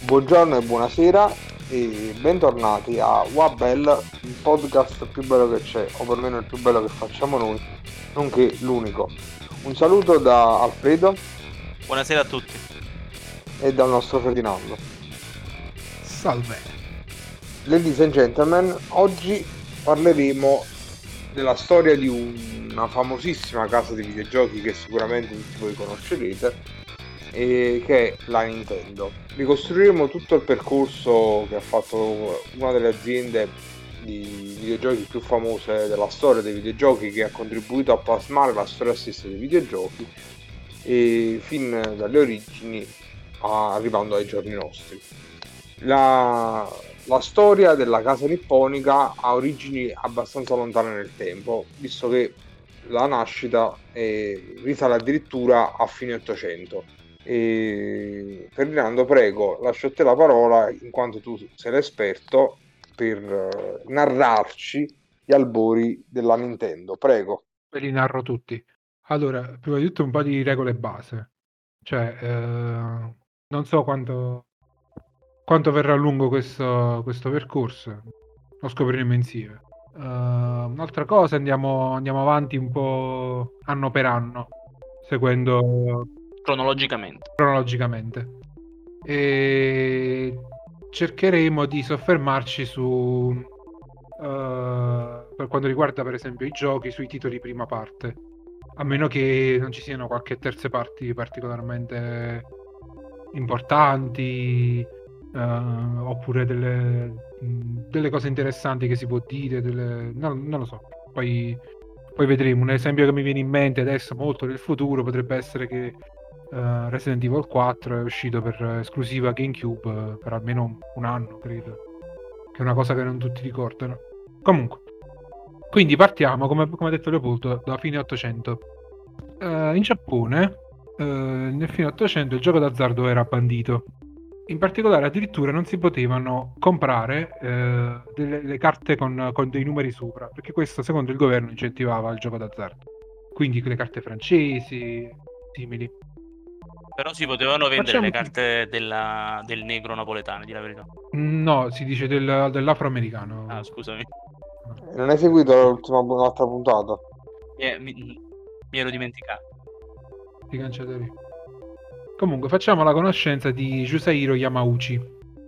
Buongiorno e buonasera e bentornati a Wabel, il podcast più bello che c'è, o perlomeno il più bello che facciamo noi, nonché l'unico. Un saluto da Alfredo Buonasera a tutti. e dal nostro Ferdinando. Salve. Ladies and gentlemen, oggi parleremo della storia di una famosissima casa di videogiochi che sicuramente tutti voi conoscerete, che è la Nintendo. Ricostruiremo tutto il percorso che ha fatto una delle aziende di videogiochi più famose della storia dei videogiochi, che ha contribuito a plasmare la storia stessa dei videogiochi e fin dalle origini arrivando ai giorni nostri. La storia della casa nipponica ha origini abbastanza lontane nel tempo, visto che la nascita risale addirittura a fine 800. E Ferdinando, prego, lascio a te la parola, in quanto tu sei l'esperto, per narrarci gli albori della Nintendo. Prego. Ve li narro tutti. Allora, prima di tutto un po' di regole base. Cioè, non so quanto verrà lungo questo percorso. Lo scopriremo insieme. Un'altra cosa, andiamo avanti un po' anno per anno, seguendo cronologicamente. E cercheremo di soffermarci su per quanto riguarda per esempio i giochi, sui titoli prima parte, a meno che non ci siano qualche terze parti particolarmente importanti, oppure delle cose interessanti che si può dire, non lo so, poi vedremo. Un esempio che mi viene in mente adesso, molto nel futuro, potrebbe essere che Resident Evil 4 è uscito per esclusiva GameCube per almeno un anno, credo, che è una cosa che non tutti ricordano. Comunque, quindi partiamo, come ha detto Leopoldo, da fine 800. In Giappone, nel fine 800 il gioco d'azzardo era bandito. In particolare, addirittura non si potevano comprare le carte con dei numeri sopra, perché questo, secondo il governo, incentivava il gioco d'azzardo. Quindi le carte francesi, simili. Però si potevano vendere le carte del negro napoletano, di la verità. No, si dice dell'afroamericano. Ah, scusami. Non hai seguito l'altra puntata? Mi ero dimenticato. Ti cancellerai. Comunque, facciamo la conoscenza di Yusahiro Yamauchi.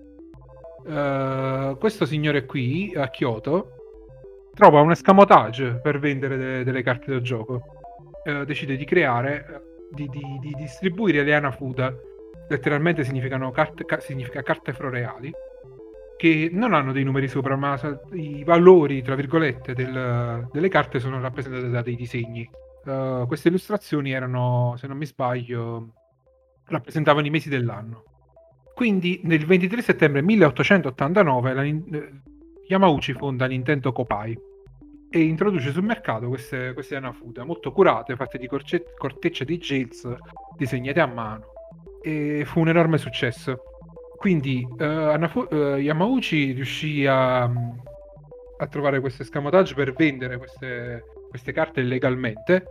Questo signore qui, a Kyoto, trova un escamotage per vendere delle carte da gioco. Decide di creare, di distribuire le Hanafuda. Letteralmente significa carte floreali, che non hanno dei numeri sopra, ma i valori, tra virgolette, delle carte sono rappresentate da dei disegni. Queste illustrazioni erano, se non mi sbaglio, rappresentavano i mesi dell'anno. Quindi nel 23 settembre 1889 Yamauchi fonda Nintendo Kopai e introduce sul mercato queste Hanafuda molto curate, fatte di corteccia di gels disegnate a mano, e fu un enorme successo. Quindi Yamauchi riuscì a trovare questo escamotage per vendere queste carte legalmente,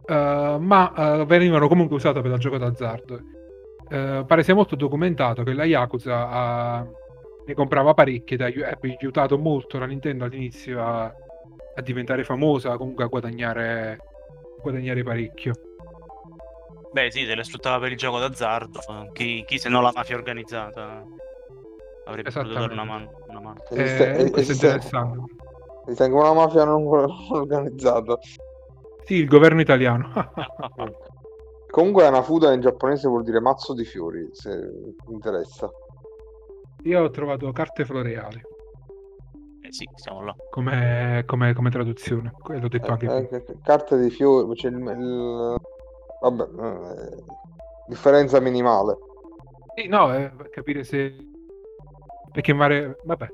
ma venivano comunque usate per il gioco d'azzardo. Pare sia molto documentato che la Yakuza ne comprava parecchie ed ha aiutato molto la Nintendo all'inizio a diventare famosa, comunque a guadagnare parecchio. Beh sì, se le sfruttava per il gioco d'azzardo, chi se no la mafia organizzata avrebbe potuto dare una mano. Questo è interessante. Esiste anche una mafia non organizzata. Sì, il governo italiano. Comunque Hanafuda in giapponese vuol dire mazzo di fiori, se vi interessa. Io ho trovato carte floreali. Sì, siamo là. Come traduzione, l'ho detto anche prima. Carte di fiori, c'è vabbè, differenza minimale. Sì, no, per capire se... Perché vabbè.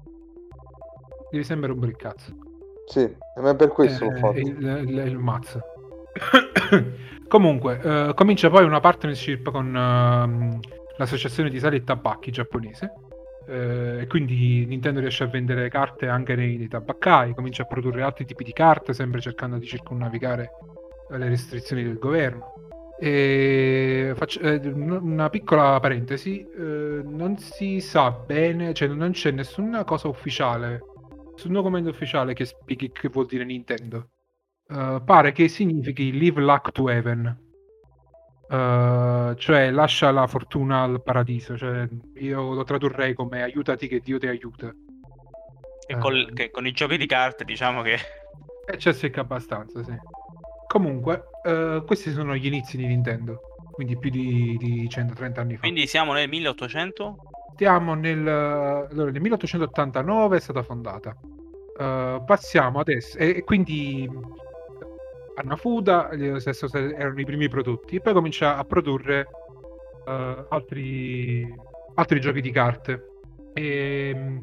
Devi sembrare un bel cazzo. Sì, ma è per questo l'ho fatto. Il mazzo. Comunque, comincia poi una partnership con l'associazione di sali e tabacchi giapponese. E quindi Nintendo riesce a vendere carte anche nei tabaccai, comincia a produrre altri tipi di carte, sempre cercando di circumnavigare le restrizioni del governo. Faccio una piccola parentesi, non si sa bene, cioè non c'è nessuna cosa ufficiale, nessun documento ufficiale che spieghi che vuol dire Nintendo. Pare che significhi Leave Luck to Heaven, cioè lascia la fortuna al paradiso, cioè io lo tradurrei come aiutati che Dio ti aiuta. Che con i giochi di carte diciamo che... E c'è secca abbastanza, sì. Comunque, questi sono gli inizi di Nintendo, quindi più di 130 anni fa. Quindi siamo nel 1800? Stiamo allora, nel 1889 è stata fondata. Passiamo adesso, e quindi Hanafuda erano i primi prodotti, e poi comincia a produrre altri giochi di carte. E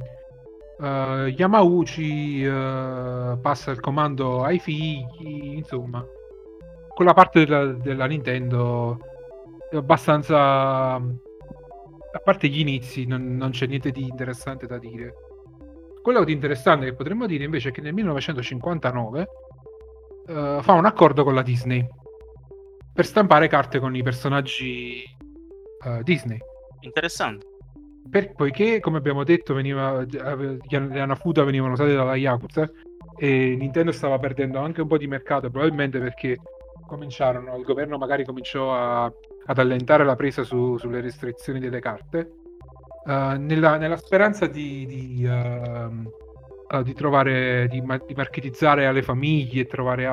Yamauchi passa il comando ai figli, insomma, quella parte della Nintendo è abbastanza, a parte gli inizi, non c'è niente di interessante da dire. Quello di interessante che potremmo dire invece è che nel 1959 fa un accordo con la Disney per stampare carte con i personaggi Disney. Interessante. Poiché, come abbiamo detto, le Hanafuda venivano usate dalla Yakuza e Nintendo stava perdendo anche un po' di mercato, probabilmente perché il governo magari cominciò ad allentare la presa sulle restrizioni delle carte, nella speranza di trovare, di marketizzare alle famiglie e trovare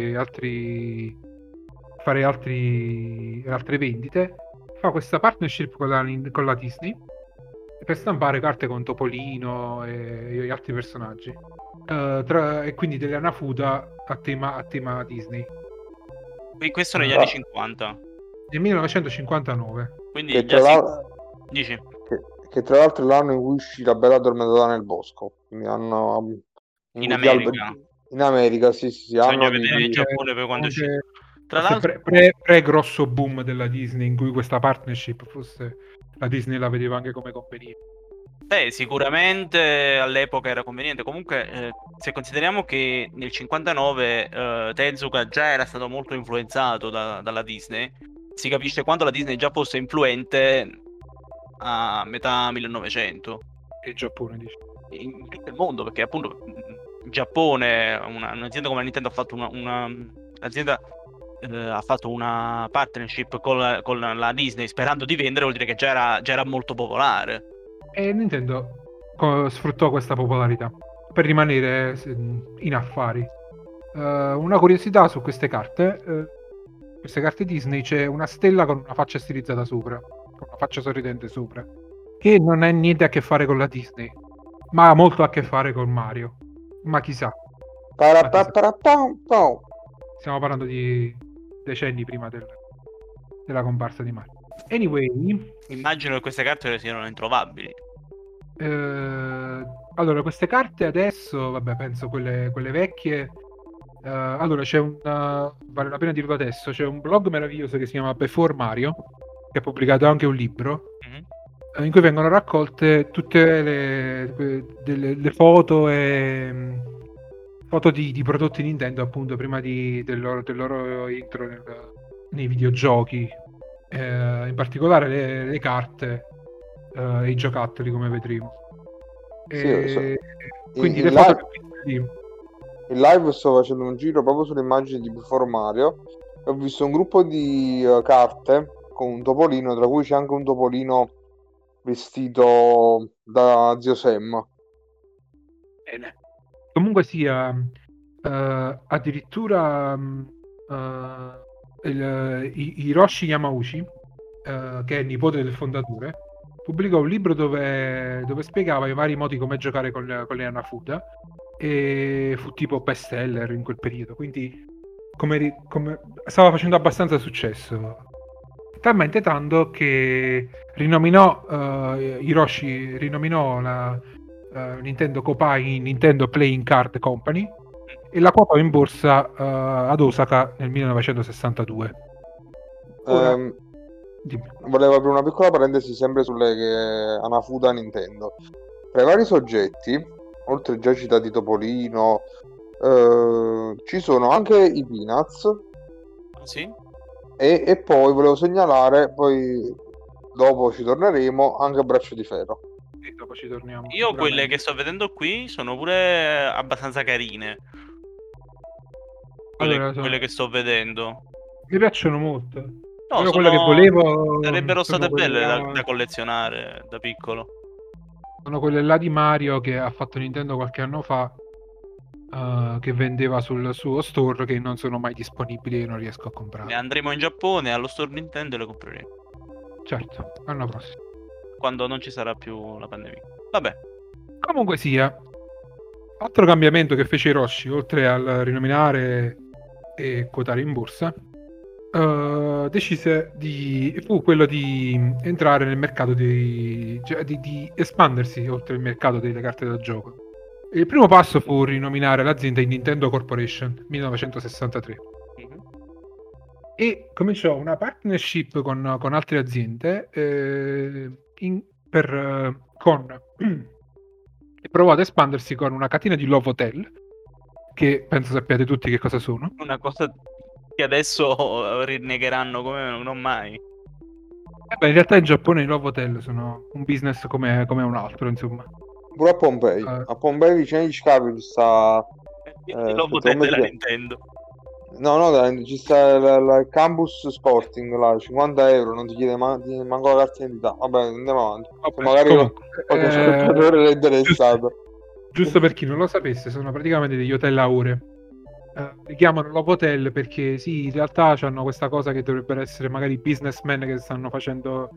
fare altre vendite. Fa questa partnership con la Disney per stampare carte con Topolino e gli altri personaggi, e quindi delle Hanafuda a tema Disney. Questo negli anni 50. Nel 1959. Quindi Che già tra, dici? che tra l'altro è l'anno in cui uscì La Bella Addormentata nel Bosco. Quindi In America. In America, sì, Bisogna anno vedere in Giappone poi quando uscì. Tra l'altro grosso boom della Disney, in cui questa partnership fosse, la Disney la vedeva anche come conveniente. Beh, sicuramente all'epoca era conveniente. Comunque, se consideriamo che nel 59 Tezuka già era stato molto influenzato dalla Disney, si capisce quanto la Disney già fosse influente a metà 1900. Il Giappone, dice. In tutto il mondo, perché appunto in Giappone un'azienda come la Nintendo ha fatto l'azienda ha fatto una partnership con la Disney sperando di vendere, vuol dire che già era molto popolare. E Nintendo sfruttò questa popolarità per rimanere in affari. Una curiosità su queste carte Disney, c'è una stella con una faccia stilizzata sopra, con una faccia sorridente sopra, che non ha niente a che fare con la Disney, ma ha molto a che fare con Mario. Ma chissà. Stiamo parlando di decenni prima della comparsa di Mario. Anyway, immagino che queste carte siano introvabili. Allora, queste carte adesso, vabbè, penso quelle vecchie. Allora, vale la pena dirlo adesso, c'è un blog meraviglioso che si chiama Before Mario, che ha pubblicato anche un libro, in cui vengono raccolte tutte le foto e foto di prodotti Nintendo, appunto, prima del loro intro nei videogiochi, in particolare le carte e i giocattoli, come vedremo. Quindi le foto in live sto facendo un giro proprio sulle immagini di Before Mario e ho visto un gruppo di carte con un topolino, tra cui c'è anche un topolino vestito da Zio Sam. Bene. Comunque sia, addirittura Hiroshi Yamauchi, che è il nipote del fondatore, pubblicò un libro dove spiegava i vari modi come giocare con le Hanafuda, e fu tipo bestseller in quel periodo, quindi come stava facendo abbastanza successo, talmente tanto che Hiroshi rinominò la Nintendo Copai in Nintendo Playing Card Company e la quotò in borsa ad Osaka nel 1962. Volevo aprire una piccola parentesi sempre sulle Hanafuda Nintendo. Tra i vari soggetti, oltre ai già citati Topolino, ci sono anche i Peanuts. Sì? E poi volevo segnalare, poi dopo ci torneremo, anche Braccio di Ferro. Sì, dopo ci torniamo. Io quelle sicuramente. che sto vedendo qui sono pure abbastanza carine. Allora, Quelle che sto vedendo. mi piacciono molto. No, Io quella che volevo sarebbero sono state quelle belle da là, collezionare da piccolo. sono quelle là di Mario che ha fatto Nintendo qualche anno fa, che vendeva sul suo store, che non sono mai disponibili e non riesco a Ne comprare. andremo in Giappone allo store Nintendo e le compreremo. Certo, l'anno prossimo. Quando non ci sarà più la pandemia. Vabbè. Comunque sia, altro cambiamento che fece Hiroshi, oltre al rinominare e quotare in borsa, decise fu quello di entrare nel mercato cioè di espandersi oltre il mercato delle carte da gioco. Il primo passo fu rinominare l'azienda in Nintendo Corporation 1963 Mhm. e cominciò una partnership con altre aziende e provò ad espandersi con una catena di Love Hotel, che penso sappiate tutti che cosa sono. Una cosa che adesso rinnegheranno come non mai. Beh, in realtà in Giappone i Love Hotel sono un business come un altro, insomma. Pure a Pompei. A Pompei vicino agli scavi ci sta... L'ho aspetta, come si della chiama? Nintendo. No, ci sta il campus Sporting là, 50 euro, non ti chiede manco la carta d'identità. Vabbè, andiamo avanti. Se Vabbè, magari comunque, qualche ascoltatore è interessato. giusto per chi non lo sapesse, sono praticamente degli hotel a ore. Li chiamano Love Hotel perché sì, in realtà hanno questa cosa che dovrebbero essere magari businessmen che stanno facendo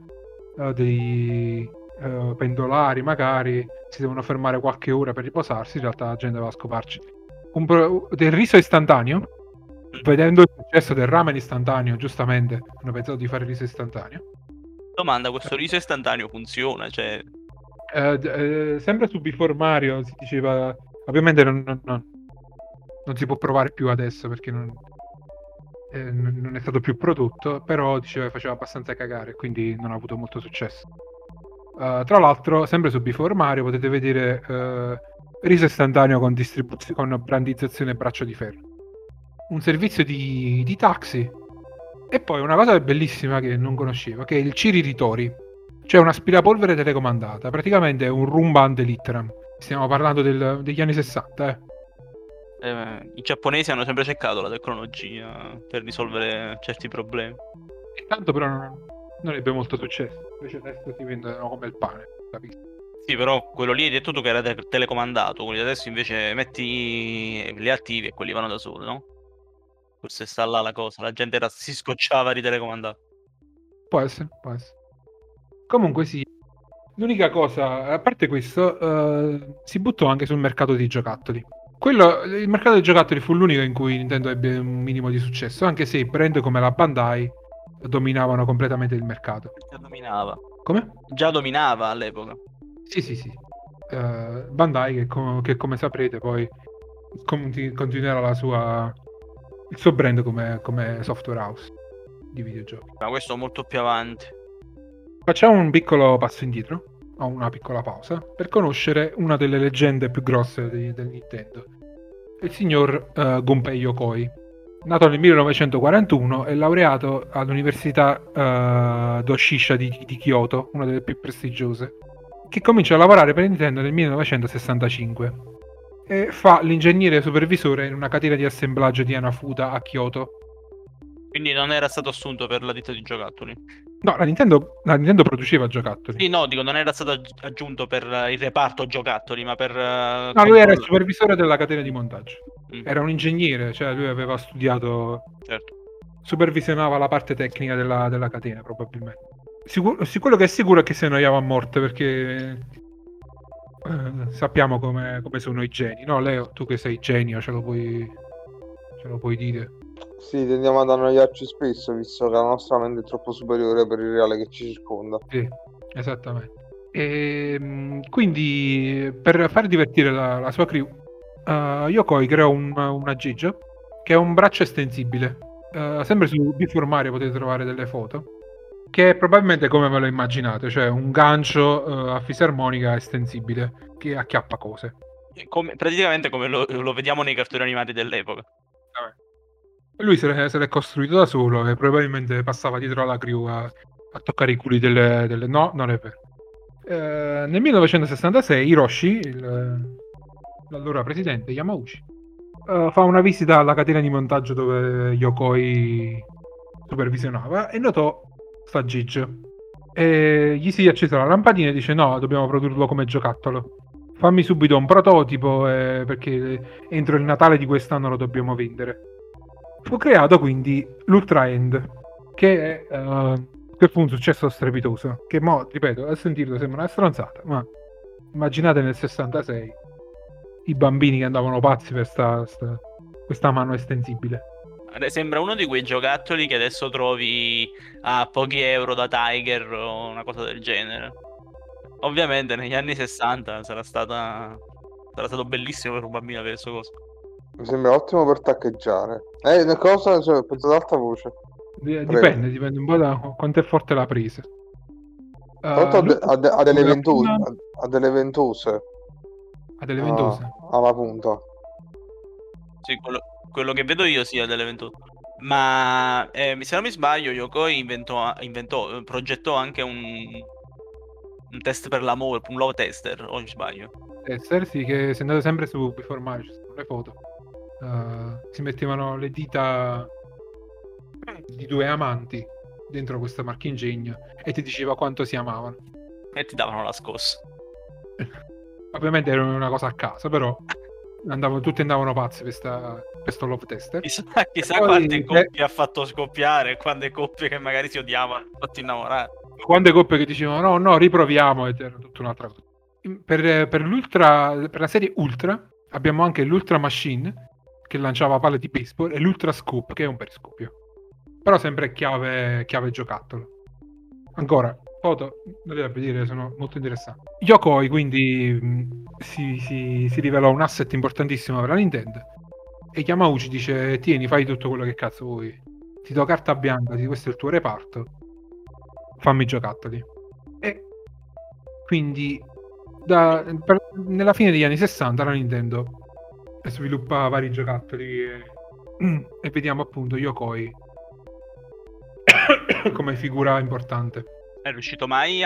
dei pendolari, magari si devono fermare qualche ora per riposarsi, in realtà la gente va a scoparci. Del riso istantaneo, vedendo il successo del ramen istantaneo, giustamente hanno pensato di fare il riso istantaneo. Domanda, questo riso istantaneo funziona? Cioè, Sempre su Before Mario si diceva, ovviamente non si può provare più adesso perché non è stato più prodotto, però diceva che faceva abbastanza cagare, quindi non ha avuto molto successo. Tra l'altro, sempre su Before Mario potete vedere riso istantaneo con brandizzazione braccio di ferro, un servizio di taxi, e poi una cosa bellissima che non conoscevo, che è il Ciri Ritori, cioè un aspirapolvere telecomandata, praticamente è un Roomba ante litteram. Stiamo parlando degli anni 60, i giapponesi hanno sempre cercato la tecnologia per risolvere certi problemi. Intanto però non ebbe molto successo, invece adesso si vendono come il pane, capisci? Sì, però quello lì hai detto tu che era telecomandato, quelli adesso invece metti li attivi e quelli vanno da soli, no? Forse sta là la cosa, la gente si scocciava di telecomandare. Può essere. Comunque sì, l'unica cosa, a parte questo, si buttò anche sul mercato dei giocattoli. Il mercato dei giocattoli fu l'unico in cui Nintendo ebbe un minimo di successo, anche se brand come la Bandai dominavano completamente il mercato. Già dominava. Come? Già dominava all'epoca. Sì. Bandai che come saprete poi continuerà il suo brand come software house di videogiochi. Ma questo molto più avanti. Facciamo un piccolo passo indietro, o una piccola pausa, per conoscere una delle leggende più grosse del Nintendo, il signor Gunpei Yokoi. Nato nel 1941 e laureato all'Università Doshisha di Kyoto, una delle più prestigiose, che comincia a lavorare per Nintendo nel 1965 e fa l'ingegnere supervisore in una catena di assemblaggio di Hanafuda a Kyoto. Quindi non era stato assunto per la ditta di giocattoli? No, la Nintendo produceva giocattoli. Sì, no, dico, non era stato aggiunto per il reparto giocattoli, ma per... No, lui era il supervisore della catena di montaggio. Era un ingegnere, cioè lui aveva studiato... Certo. Supervisionava la parte tecnica della catena, probabilmente. Quello che è sicuro è che si annoiava a morte, perché... sappiamo come sono i geni, no Leo? Tu che sei genio, ce lo puoi dire. Sì, tendiamo ad annoiarci spesso, visto che la nostra mente è troppo superiore per il reale che ci circonda. Sì, esattamente. E quindi, per far divertire la sua crew, Yokoi creò un aggeggio che è un braccio estensibile. Sempre su Before Mario potete trovare delle foto, che è probabilmente come ve lo immaginate, cioè un gancio a fisarmonica estensibile che acchiappa cose. Praticamente come lo vediamo nei cartoni animati dell'epoca. Lui se l'è costruito da solo e probabilmente passava dietro alla crew a toccare i culi delle... No, non è vero. Nel 1966 Hiroshi, l'allora presidente Yamauchi, fa una visita alla catena di montaggio dove Yokoi supervisionava e notò sta Gigi. E gli si è accesa la lampadina e dice: no, dobbiamo produrlo come giocattolo. Fammi subito un prototipo perché entro il Natale di quest'anno lo dobbiamo vendere. Fu creato quindi l'Ultra End, che fu un successo strepitoso. Che mo, ripeto, a sentirlo sembra una stronzata, ma immaginate nel 66 i bambini che andavano pazzi per questa mano estensibile. Sembra uno di quei giocattoli che adesso trovi a pochi euro da Tiger o una cosa del genere. Ovviamente negli anni 60 sarà stato bellissimo per un bambino avere questo coso. Mi sembra ottimo per taccheggiare. Una cosa, penso ad alta voce. Dipende un po' da quanto è forte la presa. Ha delle ventose. Ha delle ventose. Ha delle ventose. Alla punta. Sì, quello che vedo io sia delle 28. Ma se non mi sbaglio, Yokoi progettò anche un test per l'amore, un love tester, o mi sbaglio? Tester, sì, che se andate sempre su Before Marriage, ci sono le foto. Si mettevano le dita di due amanti dentro questa marchingegno e ti diceva quanto si amavano. E ti davano la scossa. Ovviamente era una cosa a caso, però tutti andavano pazzi per questo love tester. Chissà quante coppie ha fatto scoppiare, quante coppie che magari si odiavano, hanno fatto innamorare. Quante coppie che dicevano no, riproviamo, ed era tutta un'altra cosa. Per la serie Ultra abbiamo anche l'Ultra Machine che lanciava palle di baseball e l'Ultra Scoop che è un periscopio, però sempre chiave giocattolo. Ancora foto da vedere, sono molto interessanti. Yokoi quindi si rivelò un asset importantissimo per la Nintendo e Yamauchi dice: tieni, fai tutto quello che cazzo vuoi, ti do carta bianca, questo è il tuo reparto, fammi giocattoli. E quindi nella fine degli anni 60 la Nintendo sviluppa vari giocattoli e vediamo appunto Yokoi come figura importante. È riuscito mai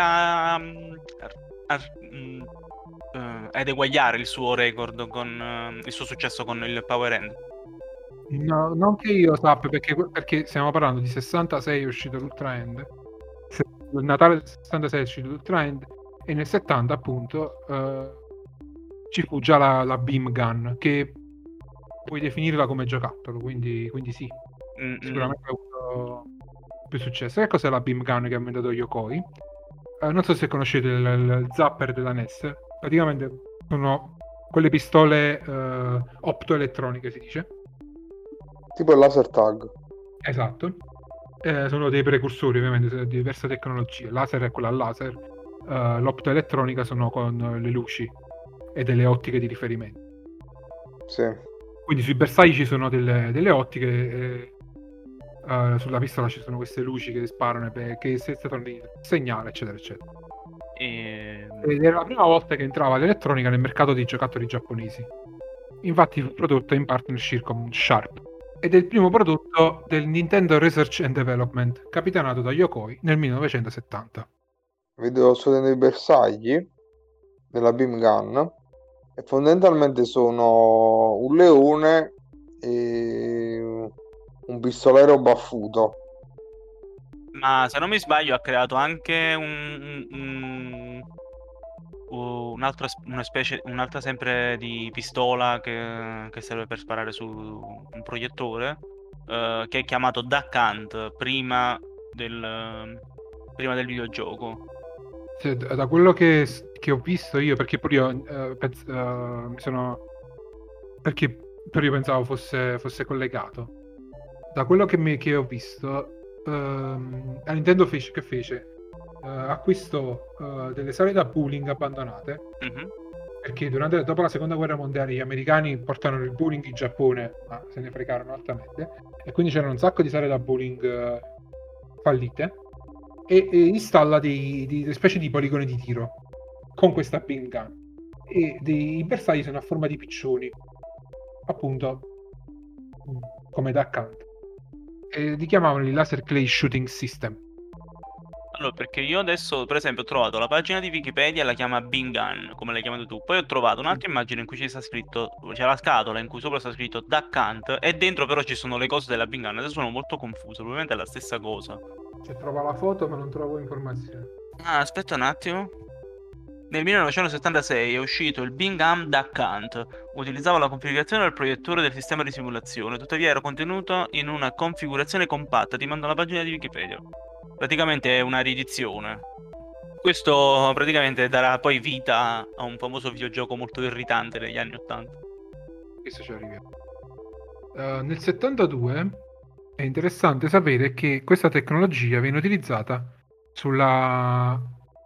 ad eguagliare il suo record con il suo successo con il Power End? No, non che io sappia, perché stiamo parlando di 66 è uscito l'Ultra End, il Natale del 66 è uscito l'Ultra End e nel 70 appunto ci fu già la Beam Gun, che puoi definirla come giocattolo, quindi sì, sicuramente ha avuto più successo. Che cos'è la Beam Gun che ha inventato Yokoi? Non so se conoscete il zapper della NES. Praticamente sono quelle pistole optoelettroniche, si dice. Tipo il laser tag. Esatto. Sono dei precursori ovviamente di diverse tecnologie. Laser è quella a laser, l'optoelettronica sono con le luci e delle ottiche di riferimento. Sì. Quindi sui bersagli ci sono delle ottiche sulla pistola ci sono queste luci che sparano che settano il segnale, eccetera eccetera. Ed era la prima volta che entrava l'elettronica nel mercato dei giocattoli giapponesi. Infatti fu prodotto in partnership con Sharp ed è il primo prodotto del Nintendo Research and Development capitanato da Yokoi nel 1970. Vedo solo dei bersagli della Beam Gun e fondamentalmente sono un leone e un pistolero baffuto. Ma se non mi sbaglio ha creato anche un'altra sempre di pistola che serve per sparare su un proiettore, che è chiamato Duck Hunt prima del videogioco. Da quello che ho visto io, perché pure io mi sono... perché io pensavo fosse collegato. Da quello che ho visto, la Nintendo fece? Acquistò delle sale da bowling abbandonate, perché dopo la seconda guerra mondiale gli americani portarono il bowling in Giappone, ma se ne fregarono altamente, e quindi c'erano un sacco di sale da bowling fallite, e installa delle specie di poligoni di tiro con questa beam gun, e i bersagli sono a forma di piccioni, appunto come Duck Hunt. li chiamavano i Laser Clay Shooting System. Allora, perché io adesso, per esempio, ho trovato la pagina di Wikipedia e la chiama Bingan, come l'hai chiamato tu. Poi ho trovato un'altra immagine in cui c'è scritto, c'è la scatola in cui sopra sta scritto Duck Hunt e dentro però ci sono le cose della Bingan. Adesso sono molto confuso, probabilmente è la stessa cosa. Cioè, trova la foto ma non trovo informazioni. Ah, aspetta un attimo. Nel 1976 è uscito il Bingham Duck Hunt. Utilizzava la configurazione del proiettore del sistema di simulazione, tuttavia era contenuto in una configurazione compatta. Ti mando la pagina di Wikipedia. Praticamente è una riedizione. Questo praticamente darà poi vita a un famoso videogioco molto irritante degli anni 80. Questo ci arriviamo. Nel 72 è interessante sapere che questa tecnologia viene utilizzata sulla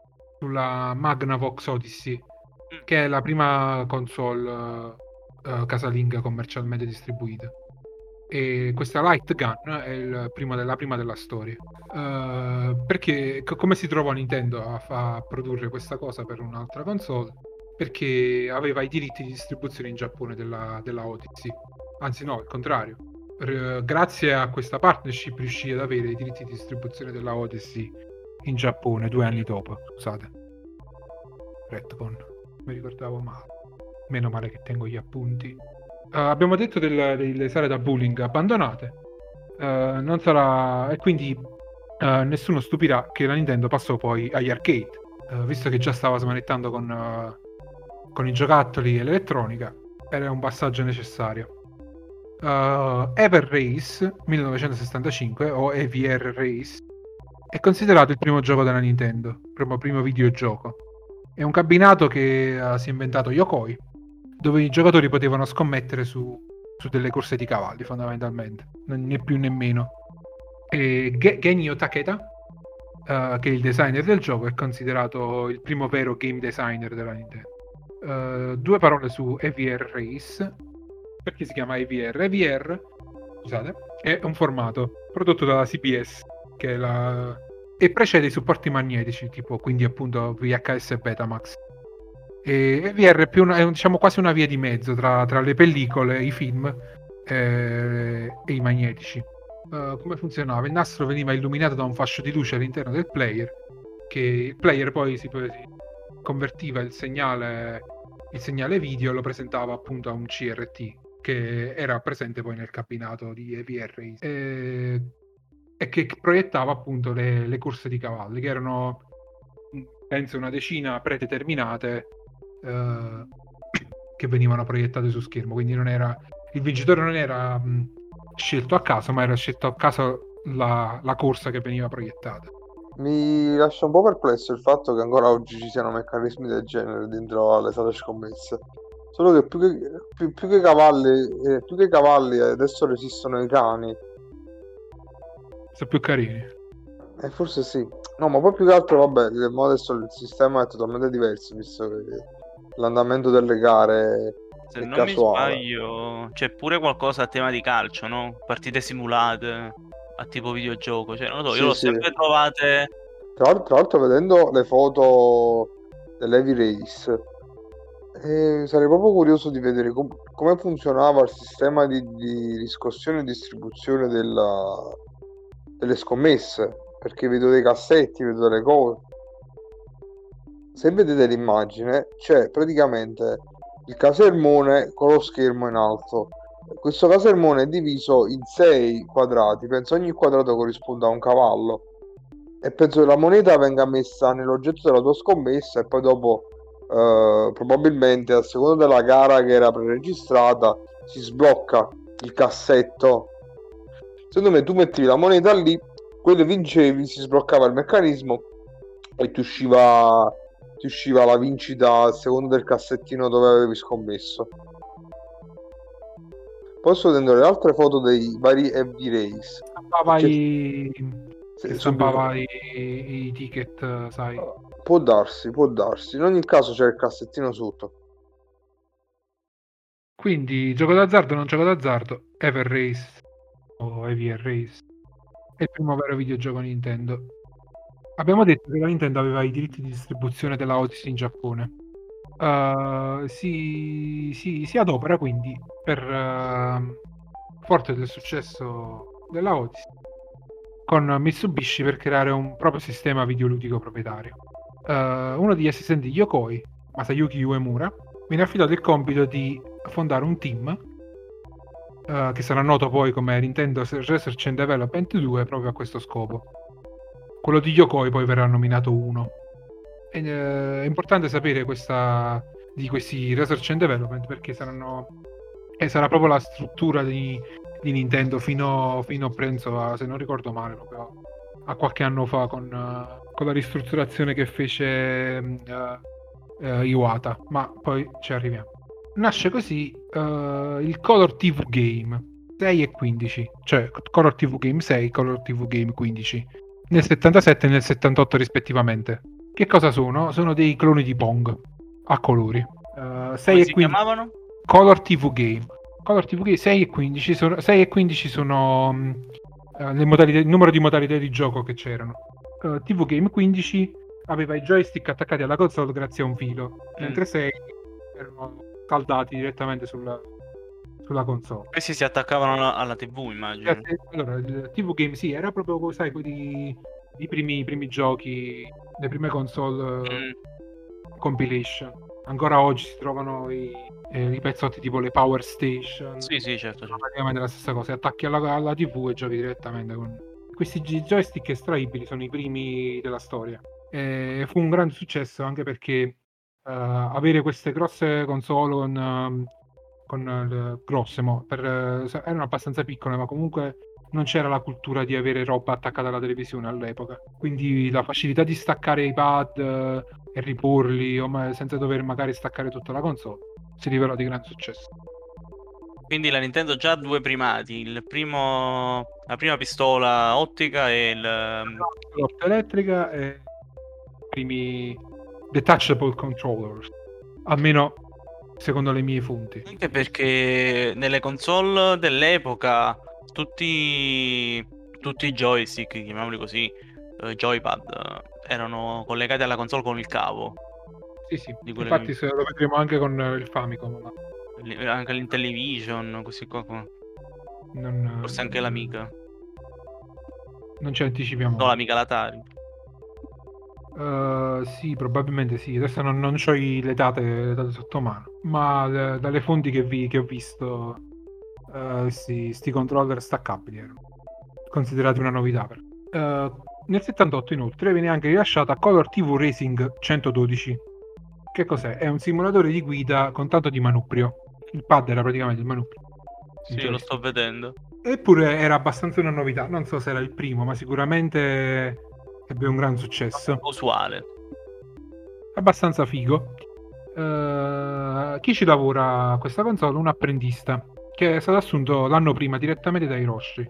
Magnavox Odyssey, che è la prima console casalinga commercialmente distribuita. E questa Light Gun è la prima della storia. Perché come si trova Nintendo a produrre questa cosa per un'altra console? Perché aveva i diritti di distribuzione in Giappone della Odyssey. Anzi no, il contrario. Grazie a questa partnership riuscì ad avere i diritti di distribuzione della Odyssey in Giappone 2 anni dopo. Scusate. Retcon. Mi ricordavo male. Meno male che tengo gli appunti. Abbiamo detto delle sale da bowling abbandonate. Non sarà... E quindi nessuno stupirà che la Nintendo passò poi agli arcade. Visto che già stava smanettando con i giocattoli e l'elettronica, era un passaggio necessario. Ever Race 1965 o EVR Race è considerato il primo gioco della Nintendo, primo videogioco. È un cabinato che si è inventato Yokoi, dove i giocatori potevano scommettere su delle corse di cavalli, fondamentalmente, né più né meno. E Genyo Takeda, che è il designer del gioco, è considerato il primo vero game designer della Nintendo. 2 parole su EVR Race. Perché si chiama EVR? EVR, scusate, è un formato prodotto dalla CBS, che è e precede i supporti magnetici, tipo quindi appunto VHS e Betamax. E EVR è diciamo quasi una via di mezzo tra le pellicole, i film e i magnetici. Come funzionava? Il nastro veniva illuminato da un fascio di luce all'interno del player, che il player poi si convertiva il segnale video e lo presentava appunto a un CRT che era presente poi nel cabinato di EVR e che proiettava appunto le corse di cavalli, che erano penso una decina predeterminate che venivano proiettate su schermo, quindi il vincitore non era scelto a caso, ma era scelto a caso la corsa che veniva proiettata. Mi lascia un po' perplesso il fatto che ancora oggi ci siano meccanismi del genere dentro alle sale scommesse. Solo che più che cavalli adesso resistono i cani. Sono più carini. Forse sì. No, ma poi più che altro, vabbè, mo adesso il sistema è totalmente diverso, visto che l'andamento delle gare Se è non mi casuale. sbaglio, c'è pure qualcosa a tema di calcio, no? Partite simulate a tipo videogioco. Cioè, non lo so, io Sì, l'ho sì. sempre trovate. Tra l'altro, vedendo le foto dell'Heavy Race, sarei proprio curioso di vedere come funzionava il sistema di riscossione e distribuzione delle scommesse, perché vedo dei cassetti, vedo delle cose. Se vedete l'immagine, c'è praticamente il casermone con lo schermo in alto. Questo casermone è diviso in 6 quadrati, penso ogni quadrato corrisponda a un cavallo. E penso che la moneta venga messa nell'oggetto della tua scommessa e poi dopo probabilmente a seconda della gara che era preregistrata si sblocca il cassetto. Secondo me tu metti la moneta lì, quello vincevi, si sbloccava il meccanismo e ti usciva la vincita a seconda del cassettino dove avevi scommesso. Posso vedere le altre foto dei vari FD Race. Stampava i ticket, sai. Può darsi. In ogni caso c'è il cassettino sotto. Quindi gioco d'azzardo o non gioco d'azzardo, Ever Race o EVR Race è il primo vero videogioco Nintendo. Abbiamo detto che la Nintendo aveva i diritti di distribuzione della Odyssey in Giappone. Si adopera quindi per forte del successo della Odyssey con Mitsubishi per creare un proprio sistema videoludico proprietario. Uno degli assistenti di Yokoi, Masayuki Uemura, viene affidato il compito di fondare un team che sarà noto poi come Nintendo Research and Development 2 proprio a questo scopo. Quello di Yokoi poi verrà nominato 1. È importante sapere di questi Research and Development perché sarà proprio la struttura di Nintendo fino penso a, se non ricordo male, proprio a qualche anno fa con la ristrutturazione che fece Iwata, ma poi ci arriviamo. Nasce così il Color TV Game 6 e 15, cioè Color TV Game 6 e Color TV Game 15, nel 77 e nel 78 rispettivamente. Che cosa sono? Sono dei cloni di Pong a colori. 6 Come e si 15 chiamavano? Color TV Game. Color TV Game 6 e 15 sono il numero di modalità di gioco che c'erano. TV Game 15 aveva i joystick attaccati alla console grazie a un filo, mentre 6 erano saldati direttamente sulla console. Questi si attaccavano alla TV, immagino. Allora, il TV Game sì, era proprio, sai, quelli i primi giochi, le prime console compilation. Ancora oggi si trovano i pezzotti tipo le Power Station. Sì, certo. Praticamente la stessa cosa, attacchi alla TV e giochi direttamente con questi joystick estraibili, sono i primi della storia. Fu un grande successo anche perché avere queste grosse console erano abbastanza piccole, ma comunque non c'era la cultura di avere roba attaccata alla televisione all'epoca, quindi la facilità di staccare i pad e riporli senza dover magari staccare tutta la console si rivelò di gran successo. Quindi la Nintendo già ha due primati, la prima pistola ottica e l'opta elettrica e i primi detachable controllers, almeno secondo le mie fonti. Anche perché nelle console dell'epoca tutti i joystick, chiamiamoli così, joypad, erano collegati alla console con il cavo. Sì. Infatti se lo vedremo anche con il Famicom. Anche l'Intellivision, così qua. Forse anche l'Amiga. Non ci anticipiamo. No, l'Amiga, l'Atari. Sì, probabilmente sì. Adesso non ho le date sotto mano, ma dalle fonti che ho visto, sti controller staccabili erano considerati una novità. Nel 78 inoltre viene anche rilasciata Color TV Racing 112. Che cos'è? È un simulatore di guida con tanto di manubrio. Il pad era praticamente il manubrio. Sì, lo sto vedendo. Eppure era abbastanza una novità. Non so se era il primo, ma sicuramente ebbe un gran successo. Usuale. Abbastanza figo. Chi ci lavora a questa console? Un apprendista che è stato assunto l'anno prima direttamente da Hiroshi.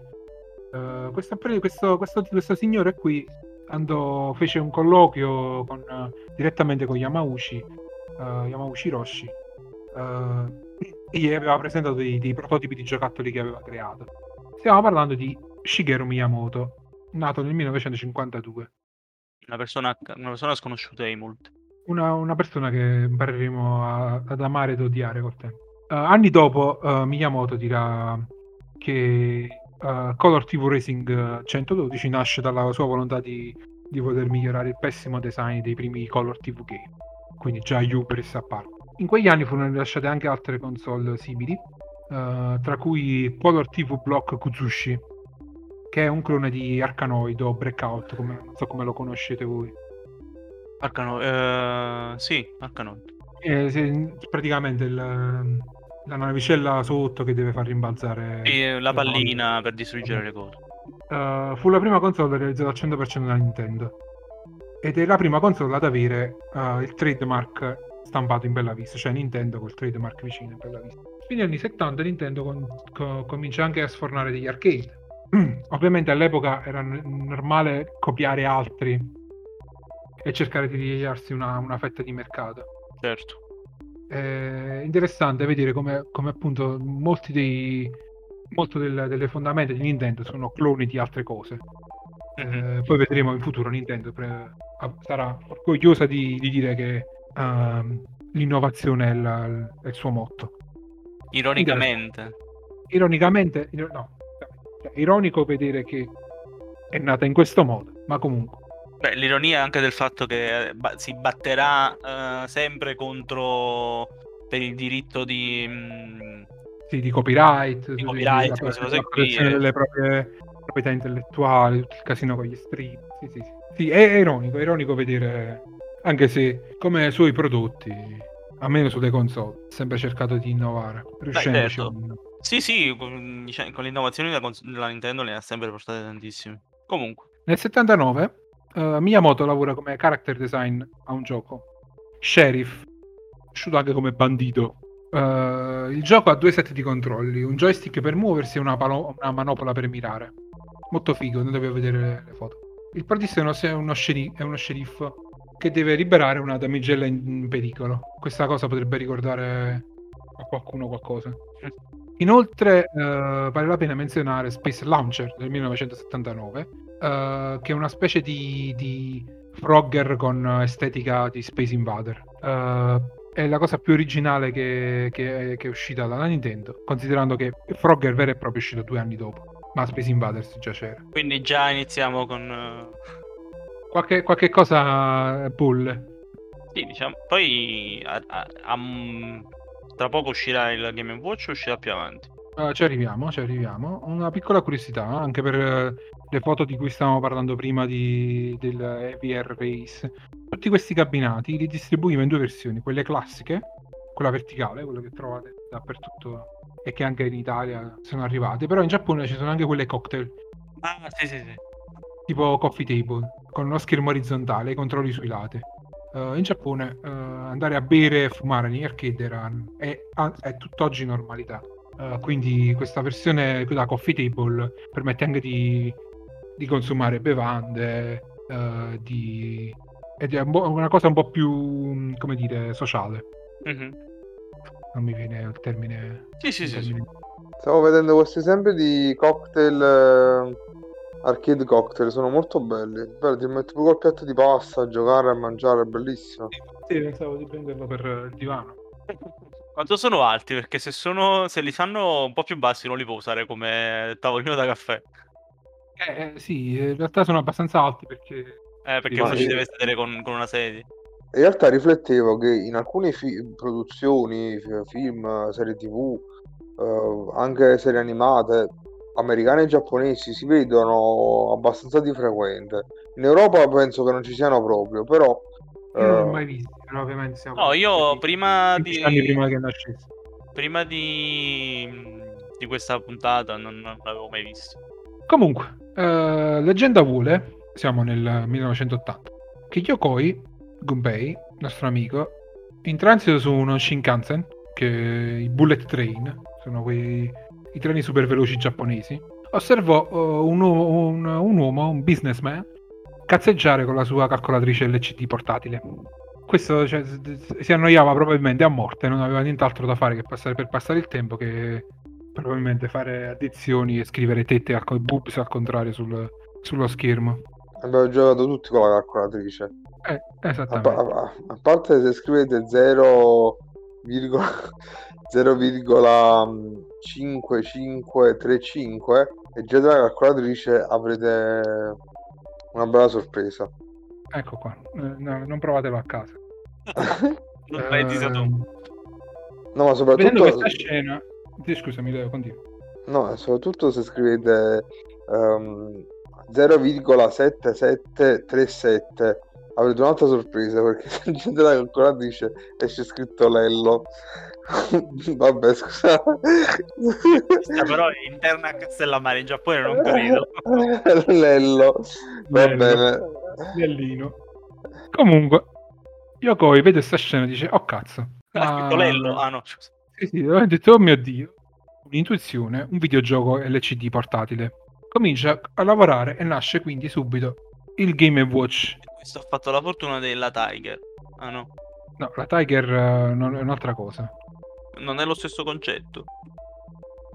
Questo signore qui fece un colloquio direttamente con Yamauchi Hiroshi, e gli aveva presentato dei prototipi di giocattoli che aveva creato. Stiamo parlando di Shigeru Miyamoto, nato nel 1952. Una persona sconosciuta ai molti. Una persona che impareremo ad amare ed odiare col tempo. Anni dopo Miyamoto dirà che Color TV Racing 112 nasce dalla sua volontà di voler migliorare il pessimo design dei primi Color TV game, quindi già hubris a parte. In quegli anni furono rilasciate anche altre console simili, tra cui Color TV Block Kuzushi, che è un clone di Arkanoid o Breakout, non so come lo conoscete voi. Sì, Arkanoid. Praticamente la navicella sotto che deve far rimbalzare la pallina per distruggere le cose. Fu la prima console realizzata al 100% da Nintendo ed è la prima console ad avere il trademark stampato in bella vista, cioè Nintendo col trademark vicino in bella vista. Fino agli anni 70 Nintendo comincia anche a sfornare degli arcade. Ovviamente all'epoca era normale copiare altri e cercare di ritagliarsi una fetta di mercato. Certo. È interessante vedere come appunto molte delle fondamenta di Nintendo sono cloni di altre cose. Poi vedremo in futuro Nintendo sarà orgogliosa di dire che l'innovazione è il suo motto. Ironicamente. Ironico vedere che è nata in questo modo, ma comunque. Beh, l'ironia anche del fatto che si batterà sempre contro per il diritto Sì, di copyright, di copyright, la queste cose qui. protezione delle proprie proprietà intellettuali, tutto il casino con gli stream. Sì, sì, sì. Sì, è ironico vedere, anche se come suoi prodotti, almeno sulle console, ha sempre cercato di innovare, riuscendoci. certo. Sì, con le innovazioni della Nintendo le ha sempre portate tantissime. Comunque. Nel 79 Miyamoto lavora come character design a un gioco, Sheriff, conosciuto anche come Bandito. Il gioco ha 2 set di controlli, un joystick per muoversi e una manopola per mirare. Molto figo, non dovevo vedere le foto. Il protagonista è uno sceriffo che deve liberare una damigella in pericolo. Questa cosa potrebbe ricordare a qualcuno qualcosa. Inoltre vale la pena menzionare Space Launcher del 1979, che è una specie di Frogger con estetica di Space Invader. È la cosa più originale che è uscita dalla Nintendo, considerando che Frogger vero e proprio è uscito 2 anni dopo, ma Space Invaders già c'era. Quindi già iniziamo con... Qualche cosa pull. Sì, diciamo. Poi tra poco uscirà il Game & Watch o uscirà più avanti? Ci arriviamo. Una piccola curiosità, anche per le foto di cui stavamo parlando prima del VR Race. Tutti questi cabinati li distribuiva in 2 versioni, quelle classiche, quella verticale, quella che trovate dappertutto e che anche in Italia sono arrivate, però in Giappone ci sono anche quelle cocktail, Ah, sì. tipo coffee table, con uno schermo orizzontale e i controlli sui lati. In Giappone andare a bere e fumare negli arcade è tutt'oggi normalità. Quindi questa versione da coffee table permette anche di consumare bevande, ed è una cosa un po' più, come dire, sociale. Mhm. Non mi viene il termine. Sì. Stavo vedendo questi esempi di cocktail, arcade cocktail, sono molto belli. Bello, ti metti pure col piatto di pasta a giocare e a mangiare, è bellissimo. Sì, pensavo di prenderlo per il divano. Quanto sono alti? Perché se li fanno un po' più bassi non li può usare come tavolino da caffè. Sì, in realtà sono abbastanza alti perché Perché Ma uno ci io- deve sedere con una sedia. In realtà riflettevo che in alcune produzioni, film, serie TV, anche serie animate, americane e giapponesi si vedono abbastanza di frequente. In Europa penso che non ci siano proprio, però io non l'ho mai visto, però ovviamente siamo No, io 15 anni prima che nascesse. prima di questa puntata non l'avevo mai visto. Comunque, leggenda vuole, siamo nel 1980, che Yokoi Gunpei, nostro amico, in transito su uno Shinkansen, che i bullet train, sono i treni super veloci giapponesi, osservò un uomo, un businessman, cazzeggiare con la sua calcolatrice LCD portatile. Questo si annoiava probabilmente a morte, non aveva nient'altro da fare che per passare il tempo, che probabilmente fare addizioni e scrivere tette boobs al contrario sullo schermo. abbiamo giocato tutti con la calcolatrice. A Esattamente. parte se scrivete 0,5535 e già dalla calcolatrice avrete una bella sorpresa. Ecco qua, no, non provatelo a casa. Non pensi sia tu. No, ma Vedendo soprattutto, questa scena, sì, scusami, Leo, continua. no, soprattutto se scrivete 0,7737 avrete un'altra sorpresa, perché se già dalla calcolatrice esce scritto Lello. Vabbè, scusa. Però interna a Castellammare in Giappone non credo. Lello. Va Lello. bene. Lellino. Comunque, Yokoi vede questa scena e dice, oh cazzo. Ha scritto Lello? Ah no, scusa. Sì, ho detto, oh mio Dio. Un'intuizione, un videogioco LCD portatile. Comincia a lavorare e nasce quindi subito il Game & Watch. Questo ha fatto la fortuna della Tiger. Ah no, No, la Tiger non è un'altra cosa. non è lo stesso concetto.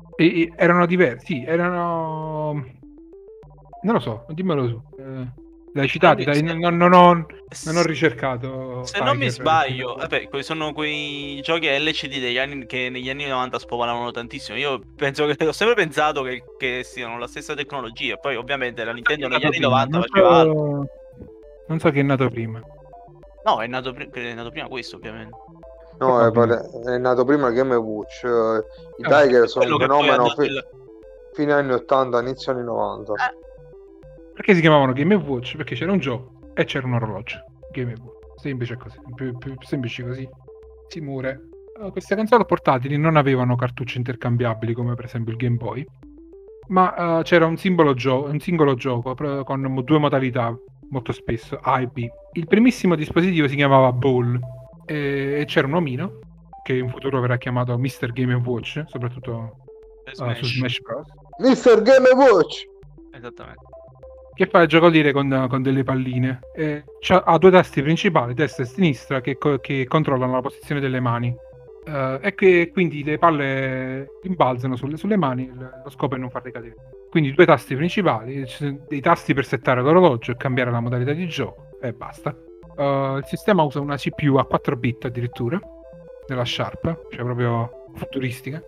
Erano diversi, sì, erano... Non lo so, dimmelo tu. L'hai citati? Dai, non ho ricercato. Se non mi Tiger, sbaglio, vabbè, sono quei giochi LCD degli anni che negli anni 90 spopolavano tantissimo. Io penso che ho sempre pensato che siano la stessa tecnologia. Poi, ovviamente, la Nintendo negli anni 90 faceva altro. Non so chi è nato prima. No, è nato prima questo, ovviamente. No, è nato prima Game & Watch. I Ah, Tiger sono un quello che poi ha fenomeno dato il... fine anni 80, inizio anni 90. Perché si chiamavano Game & Watch? Perché c'era un gioco e c'era un orologio. Game & Watch. Semplice così. Più semplici così. Si muore. Queste console portatili non avevano cartucce intercambiabili come per esempio il Game Boy, ma c'era un singolo gioco con due modalità molto spesso, A e B. Il primissimo dispositivo si chiamava Ball e c'era un omino che in futuro verrà chiamato Mr. Game & Watch, soprattutto su Smash Bros. Mr. Game & Watch! Esattamente. Che fa giocoliere con delle palline. Ha due tasti principali, destra e sinistra, che controllano la posizione delle mani. E che quindi le palle rimbalzano sulle mani, lo scopo è non farle cadere. Quindi due tasti principali, ci sono dei tasti per settare l'orologio e cambiare la modalità di gioco, e basta. Il sistema usa una CPU a 4 bit addirittura, della Sharp, cioè proprio futuristica,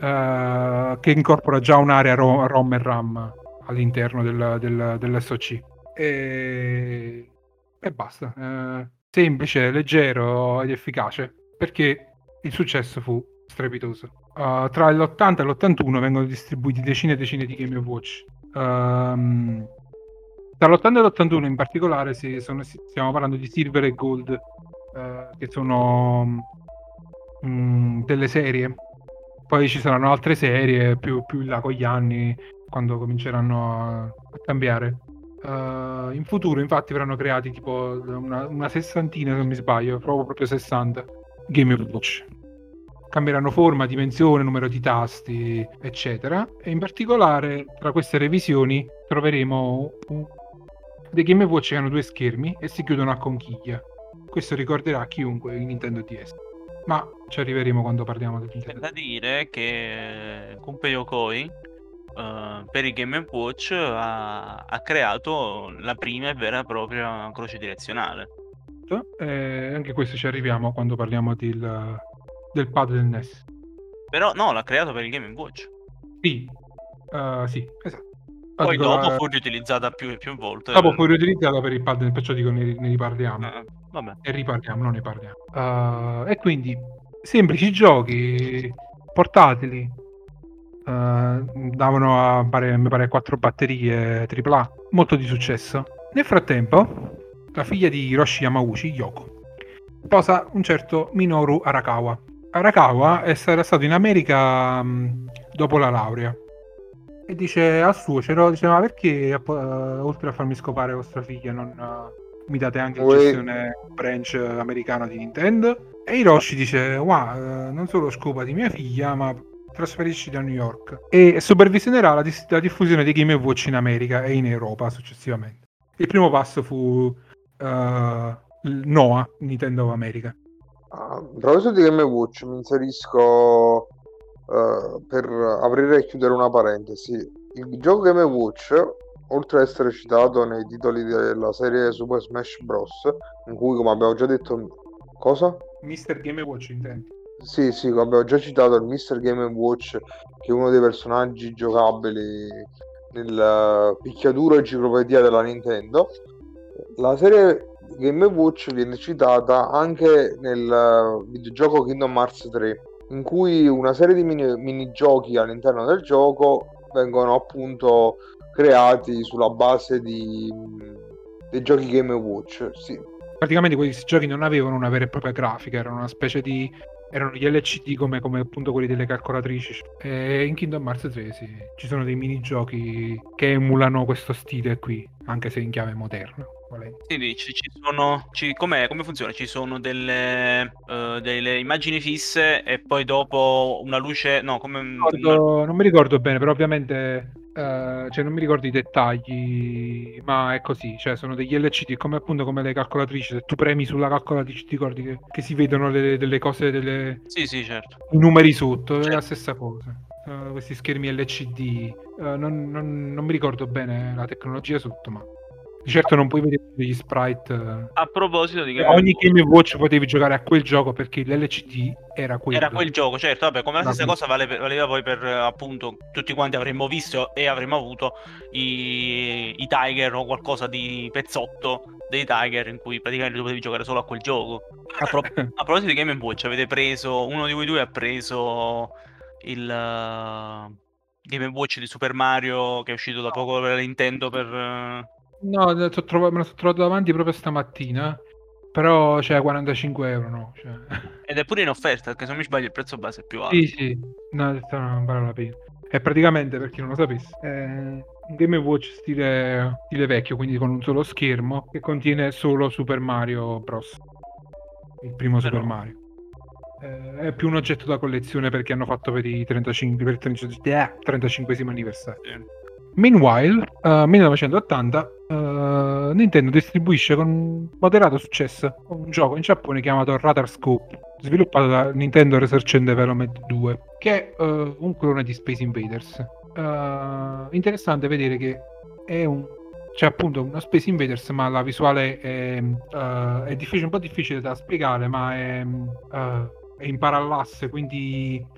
che incorpora già un'area ROM e RAM all'interno dell'SoC. E basta. Semplice, leggero ed efficace, perché il successo fu strepitoso. Tra l'80 e l'81 vengono distribuiti decine e decine di Game & Watch. Tra l'80 e l'81 in particolare stiamo parlando di Silver e Gold, che sono delle serie. Poi ci saranno altre serie più in là con gli anni, quando cominceranno a cambiare. In futuro infatti verranno creati tipo una sessantina, se non mi sbaglio, proprio 60 Game & Watch. Cambieranno forma, dimensione, numero di tasti, eccetera. E in particolare tra queste revisioni troveremo dei Game & Watch che hanno due schermi e si chiudono a conchiglia. Questo ricorderà chiunque il Nintendo DS. Ma ci arriveremo quando parliamo del Nintendo. C'è da dire che Gunpei Yokoi per i Game & Watch ha creato la prima e vera e propria croce direzionale. Anche questo ci arriviamo quando parliamo del pad del NES. Però no, l'ha creato per il Game & Watch. Sì, esatto. Poi dopo fu riutilizzata più e più volte. Dopo fu riutilizzata per il pad, perciò dico ne riparliamo. Vabbè. Ne riparliamo, non ne parliamo. E quindi semplici giochi portatili, davano mi pare 4 batterie AAA, molto di successo. Nel frattempo la figlia di Hiroshi Yamauchi, Yoko, sposa un certo Minoru Arakawa. Arakawa era stato in America dopo la laurea e dice al suocero, ma perché oltre a farmi scopare vostra figlia non mi date anche la gestione branch americana di Nintendo? E Hiroshi dice, non solo scopa di mia figlia, ma trasferisci da New York e supervisionerà la diffusione dei Game & Watch in America e in Europa successivamente. Il primo passo fu NOAA, Nintendo of America. A proposito di Game & Watch, mi inserisco per aprire e chiudere una parentesi. Il gioco Game & Watch, oltre ad essere citato nei titoli della serie Super Smash Bros, in cui, come abbiamo già detto, cosa? Mr. Game & Watch intendi? Sì, come abbiamo già citato, il Mr. Game & Watch, che è uno dei personaggi giocabili nel picchiaduro enciclopedia della Nintendo. La serie Game & Watch viene citata anche nel videogioco Kingdom Hearts 3, in cui una serie di minigiochi all'interno del gioco vengono appunto creati sulla base dei giochi Game & Watch. Sì. Praticamente questi giochi non avevano una vera e propria grafica, erano una specie di... erano gli LCD come appunto quelli delle calcolatrici. E in Kingdom Hearts 3 ci sono dei minigiochi che emulano questo stile qui, anche se in chiave moderna. Sì, ci sono. Come funziona? Ci sono delle immagini fisse e poi dopo una luce. No, come. Non mi ricordo bene, però ovviamente. Cioè non mi ricordo i dettagli, ma è così, cioè sono degli LCD come appunto come le calcolatrici. Se tu premi sulla calcolatrice ti ricordi che si vedono delle cose, Sì, certo. I numeri sotto, certo. È la stessa cosa. Questi schermi LCD, non mi ricordo bene la tecnologia sotto, ma Di certo non puoi vedere degli sprite. A proposito di Game Ogni Watch, Game Watch potevi giocare a quel gioco perché l'LCD era quello. era quel gioco, certo, vabbè, come la Era stessa quello. cosa valeva poi per appunto tutti quanti avremmo visto e avremmo avuto i Tiger o qualcosa di pezzotto dei Tiger in cui praticamente tu potevi giocare solo a quel gioco. A proposito di Game Watch, avete preso, uno di voi due ha preso il Game Watch di Super Mario che è uscito da poco per Nintendo per... No, me lo sono trovato davanti proprio stamattina. Però c'è 45 euro, no? Cioè... Ed è pure in offerta, perché se non mi sbaglio il prezzo base è più alto. Sì, sì, no, non vale la pena. È praticamente, per chi non lo sapesse, un Game Watch stile vecchio, quindi con un solo schermo, che contiene solo Super Mario Bros. Il primo Super Però- Mario. È più un oggetto da collezione perché hanno fatto per il 35esimo anniversario. Sì. Meanwhile, 1980, Nintendo distribuisce con moderato successo un gioco in Giappone chiamato Radar Scope, sviluppato da Nintendo Research and Development 2, che è un clone di Space Invaders. Interessante vedere che è c'è appunto uno Space Invaders, ma la visuale è un po' difficile da spiegare, ma è in parallasse, quindi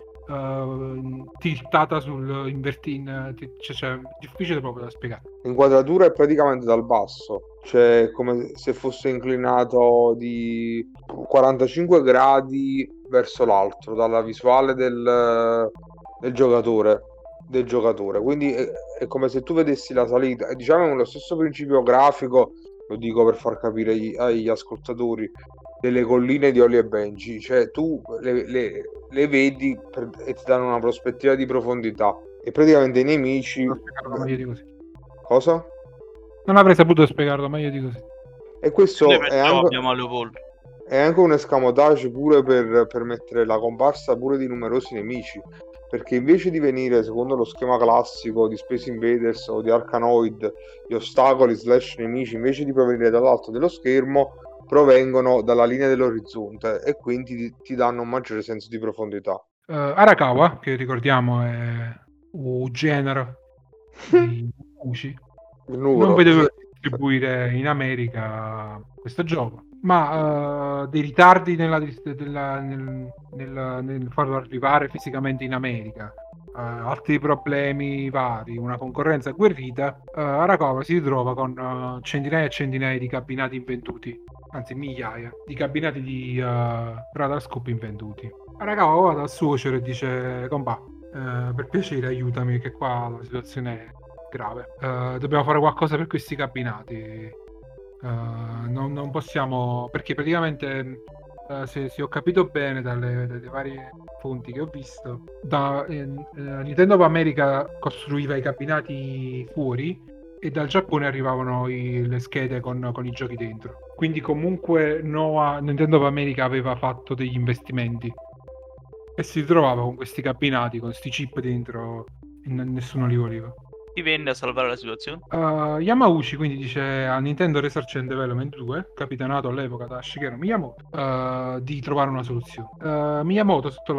tiltata sul cioè difficile proprio da spiegare. L'inquadratura è praticamente dal basso, cioè come se fosse inclinato di 45 gradi verso l'alto dalla visuale del giocatore. Quindi è come se tu vedessi la salita, e diciamo con lo stesso principio grafico, lo dico per far capire agli ascoltatori, delle colline di Oli e Benji, cioè tu le vedi e ti danno una prospettiva di profondità e praticamente i nemici... Non spiegarlo meglio di così. Cosa? Non avrei saputo spiegarlo meglio di così. E Noi questo perciò abbiamo Leopoldo. è anche un escamotage pure per permettere la comparsa pure di numerosi nemici, perché invece di venire secondo lo schema classico di Space Invaders o di Arkanoid, gli ostacoli slash nemici invece di provenire dall'alto dello schermo provengono dalla linea dell'orizzonte e quindi ti danno un maggiore senso di profondità. Arakawa, che ricordiamo è un genere di Uchi, Il non numero, vedevo sì. distribuire in America questo gioco, ma dei ritardi nel farlo arrivare fisicamente in America, altri problemi vari, una concorrenza agguerrita, Arakawa si ritrova con centinaia e centinaia di cabinati invenduti, anzi migliaia di cabinati di Radar Scope invenduti. Arakawa va dal suocero e dice: compà, per piacere aiutami, che qua la situazione è grave. Dobbiamo fare qualcosa per questi cabinati. Non possiamo, perché praticamente se ho capito bene dalle varie fonti che ho visto, Nintendo of America costruiva i cabinati fuori e dal Giappone arrivavano le schede con i giochi dentro. Quindi comunque Nintendo of America aveva fatto degli investimenti e si trovava con questi cabinati, con questi chip dentro e nessuno li voleva. Chi venne a salvare la situazione? Yamauchi quindi dice a Nintendo Research and Development 2, capitanato all'epoca da Shigeru Miyamoto, di trovare una soluzione. Miyamoto sotto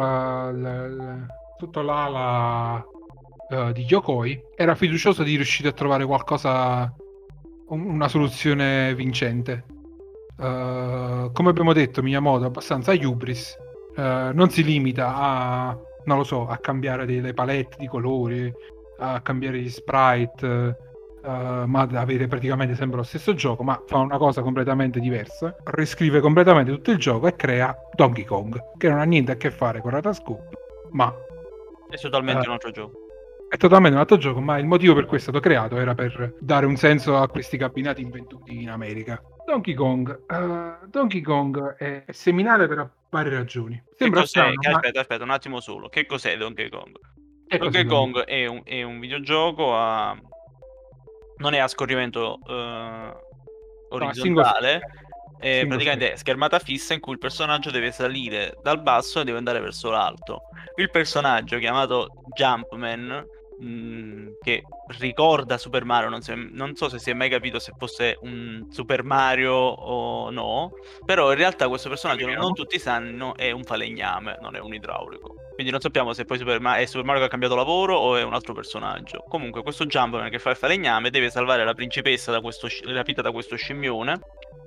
l'ala di Yokoi era fiducioso di riuscire a trovare qualcosa, una soluzione vincente. Come abbiamo detto, Miyamoto è abbastanza hubris, non si limita a, non lo so, a cambiare delle palette di colori, a cambiare gli sprite, ma ad avere praticamente sempre lo stesso gioco, ma fa una cosa completamente diversa, riscrive completamente tutto il gioco e crea Donkey Kong, che non ha niente a che fare con Radar Scope, ma È totalmente un altro gioco. è totalmente un altro gioco, ma il motivo per cui è stato creato era per dare un senso a questi cabinati invenduti in America. Donkey Kong è seminale per varie ragioni. Che Sembra cos'è? strano, ma Aspetta un attimo solo. Che cos'è Donkey Kong? che cos'è Donkey Donkey Kong è un videogioco non è a scorrimento single orizzontale, è single praticamente schermata fissa in cui il personaggio deve salire dal basso e deve andare verso l'alto. Il personaggio chiamato Jumpman che ricorda Super Mario, non so se si è mai capito se fosse un Super Mario o no, però in realtà questo personaggio non tutti sanno è un falegname, non è un idraulico. Quindi non sappiamo se poi è Super Mario che ha cambiato lavoro o è un altro personaggio. Comunque questo Jumpman che fa il falegname deve salvare la principessa rapita da questo scimmione.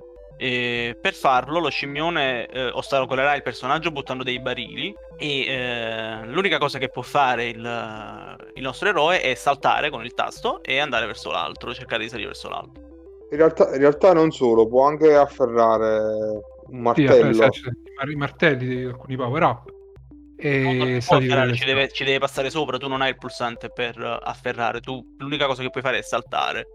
E per farlo lo scimmione ostacolerà il personaggio buttando dei barili e l'unica cosa che può fare il nostro eroe è saltare con il tasto e andare verso l'altro, cercare di salire verso l'alto. In realtà non solo, può anche afferrare un martello. I martelli di alcuni power up e ci deve passare sopra, tu non hai il pulsante per afferrare, tu l'unica cosa che puoi fare è saltare.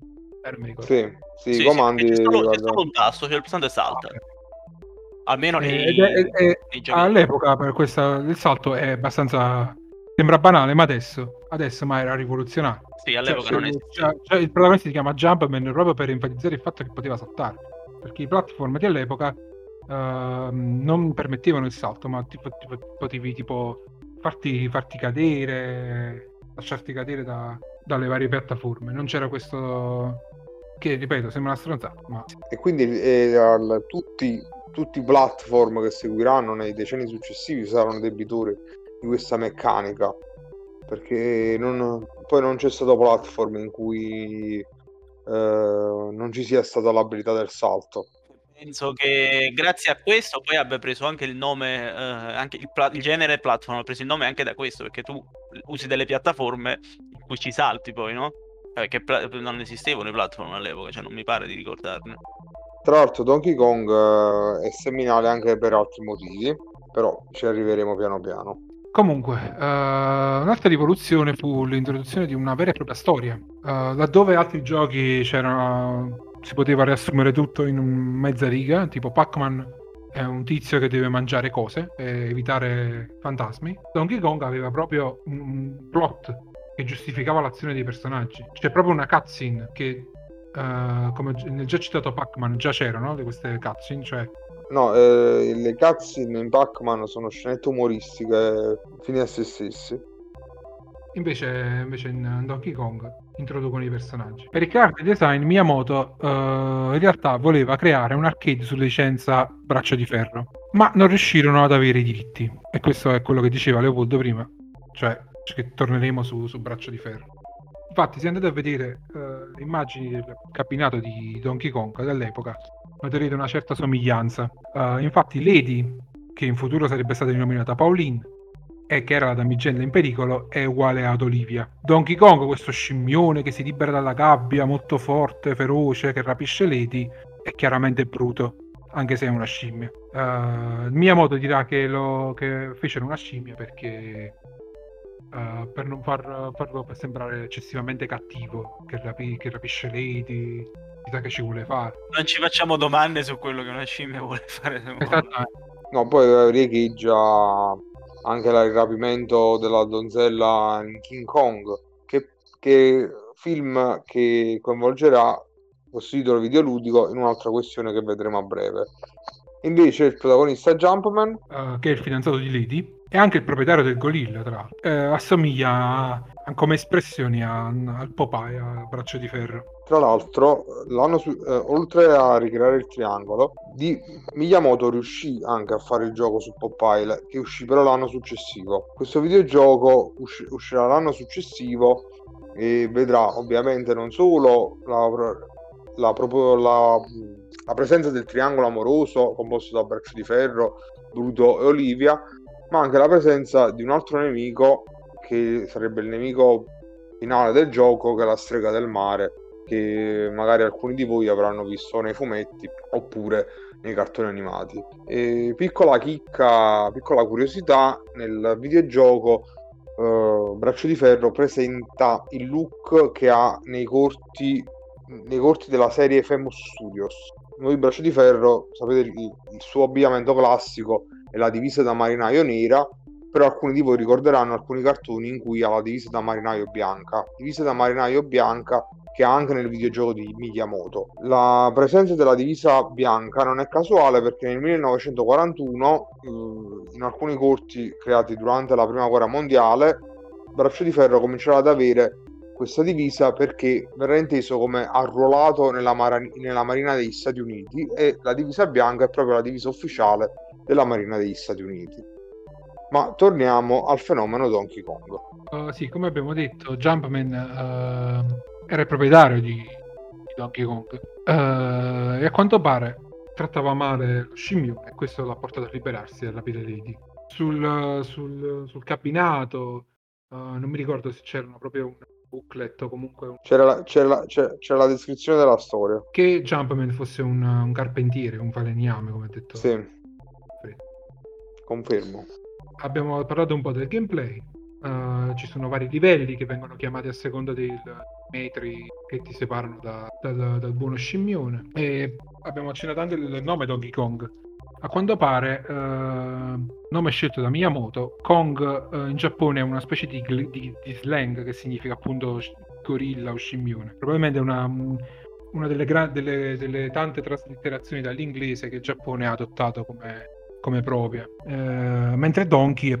Sì, i comandi. C'è solo un tasto, cioè il pulsante salta. Okay. Almeno all'epoca per il salto è abbastanza, sembra banale, ma adesso ma era rivoluzionario. Sì, all'epoca non esisteva. Il protagonista si chiama Jumpman proprio per enfatizzare il fatto che poteva saltare, perché i platform dell'epoca non permettevano il salto, ma potevi tipo farti cadere, lasciarti cadere dalle varie piattaforme. Non c'era questo, che ripeto sembra una stronzata, ma... E quindi tutti i platform che seguiranno nei decenni successivi saranno debitori di questa meccanica, perché poi non c'è stato platform in cui non ci sia stata l'abilità del salto. Penso che grazie a questo poi abbia preso anche il nome, anche il genere platform ha preso il nome anche da questo, perché tu usi delle piattaforme in cui ci salti poi, no? Perché non esistevano i platform all'epoca, cioè non mi pare di ricordarne. Tra l'altro Donkey Kong è seminale anche per altri motivi, però ci arriveremo piano piano. Comunque, un'altra rivoluzione fu l'introduzione di una vera e propria storia, laddove altri giochi si poteva riassumere tutto in mezza riga, tipo Pac-Man è un tizio che deve mangiare cose e evitare fantasmi. Donkey Kong aveva proprio un plot che giustificava l'azione dei personaggi. C'è proprio una cutscene che, come nel già citato Pac-Man, già c'erano queste cutscene, cioè... No, le cutscene in Pac-Man sono scenette umoristiche fini a se stessi. Invece in Donkey Kong introducono i personaggi. Per il character design Miyamoto in realtà voleva creare un arcade sulla licenza Braccio di Ferro, ma non riuscirono ad avere i diritti. E questo è quello che diceva Leopoldo prima, cioè che torneremo su Braccio di Ferro. Infatti se andate a vedere le immagini del cabinato di Donkey Kong dell'epoca noterete una certa somiglianza. Infatti Lady, che in futuro sarebbe stata denominata Pauline e che era la damigella in pericolo, è uguale ad Olivia. Donkey Kong, questo scimmione che si libera dalla gabbia, molto forte, feroce, che rapisce Lady, è chiaramente bruto, anche se è una scimmia. Miyamoto dirà che fecero una scimmia perché per non farlo per sembrare eccessivamente cattivo, che rapisce Lady, chissà che ci vuole fare. Non ci facciamo domande su quello che una scimmia vuole fare. No, poi riecheggia anche il rapimento della donzella in King Kong, che film che coinvolgerà questo titolo videoludico in un'altra questione che vedremo a breve. Invece il protagonista Jumpman, che è il fidanzato di Lady, è anche il proprietario del gorilla, tra l'altro. Assomiglia come espressioni al Popeye, a Braccio di Ferro. Tra l'altro, oltre a ricreare il triangolo, Miyamoto riuscì anche a fare il gioco su Popeye, che uscì però l'anno successivo. Questo videogioco uscirà l'anno successivo e vedrà ovviamente non solo la presenza del triangolo amoroso composto da Braccio di Ferro, Bruto e Olivia, ma anche la presenza di un altro nemico che sarebbe il nemico finale del gioco, che è la strega del mare, che magari alcuni di voi avranno visto nei fumetti oppure nei cartoni animati. E piccola chicca, piccola curiosità, nel videogioco Braccio di Ferro presenta il look che ha nei corti della serie Famous Studios. Noi Braccio di Ferro, sapete, il suo abbigliamento classico è la divisa da marinaio nera, però alcuni di voi ricorderanno alcuni cartoni in cui ha la divisa da marinaio bianca che ha anche nel videogioco di Miyamoto. La presenza della divisa bianca non è casuale, perché nel 1941 in alcuni corti creati durante la prima guerra mondiale Braccio di Ferro comincerà ad avere questa divisa perché verrà inteso come arruolato nella Marina degli Stati Uniti, e la divisa bianca è proprio la divisa ufficiale della Marina degli Stati Uniti. Ma torniamo al fenomeno Donkey Kong. Sì, come abbiamo detto, Jumpman era il proprietario di Donkey Kong e a quanto pare trattava male lo scimmione, e questo l'ha portato a liberarsi dalla Pirate Lady. Sul cabinato, non mi ricordo se c'erano proprio un booklet o comunque C'era la descrizione della storia. che Jumpman fosse un carpentiere, un falegname, come ha detto. Sì, Fred. confermo. Abbiamo parlato un po' del gameplay. Ci sono vari livelli che vengono chiamati a seconda dei metri che ti separano dal buono scimmione. E abbiamo accennato anche del nome Donkey Kong. A quanto pare, nome scelto da Miyamoto, Kong in Giappone è una specie di slang che significa appunto gorilla o scimmione. Probabilmente è una delle tante traslitterazioni dall'inglese che il Giappone ha adottato come propria, mentre Donkey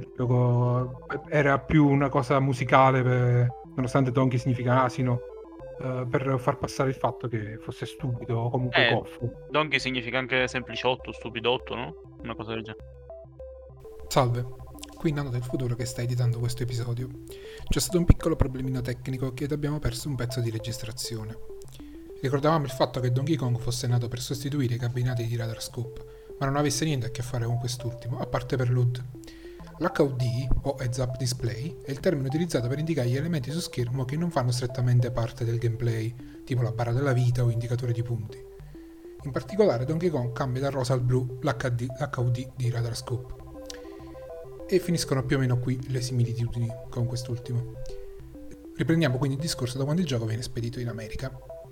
era più una cosa musicale, nonostante Donkey significa asino, per far passare il fatto che fosse stupido o comunque goffo. Donkey significa anche sempliciotto, stupidotto, no? Una cosa del genere. Salve, qui Nano del futuro che sta editando questo episodio. C'è stato un piccolo problemino tecnico che abbiamo perso un pezzo di registrazione. Ricordavamo il fatto che Donkey Kong fosse nato per sostituire i cabinati di Radar Scope, ma non avesse niente a che fare con quest'ultimo, a parte per l'HUD. L'HUD, o Heads Up Display, è il termine utilizzato per indicare gli elementi su schermo che non fanno strettamente parte del gameplay, tipo la barra della vita o indicatore di punti. In particolare Donkey Kong cambia da rosa al blu l'HUD di Radar Scope. E finiscono più o meno qui le similitudini con quest'ultimo. Riprendiamo quindi il discorso da quando il gioco viene spedito in America.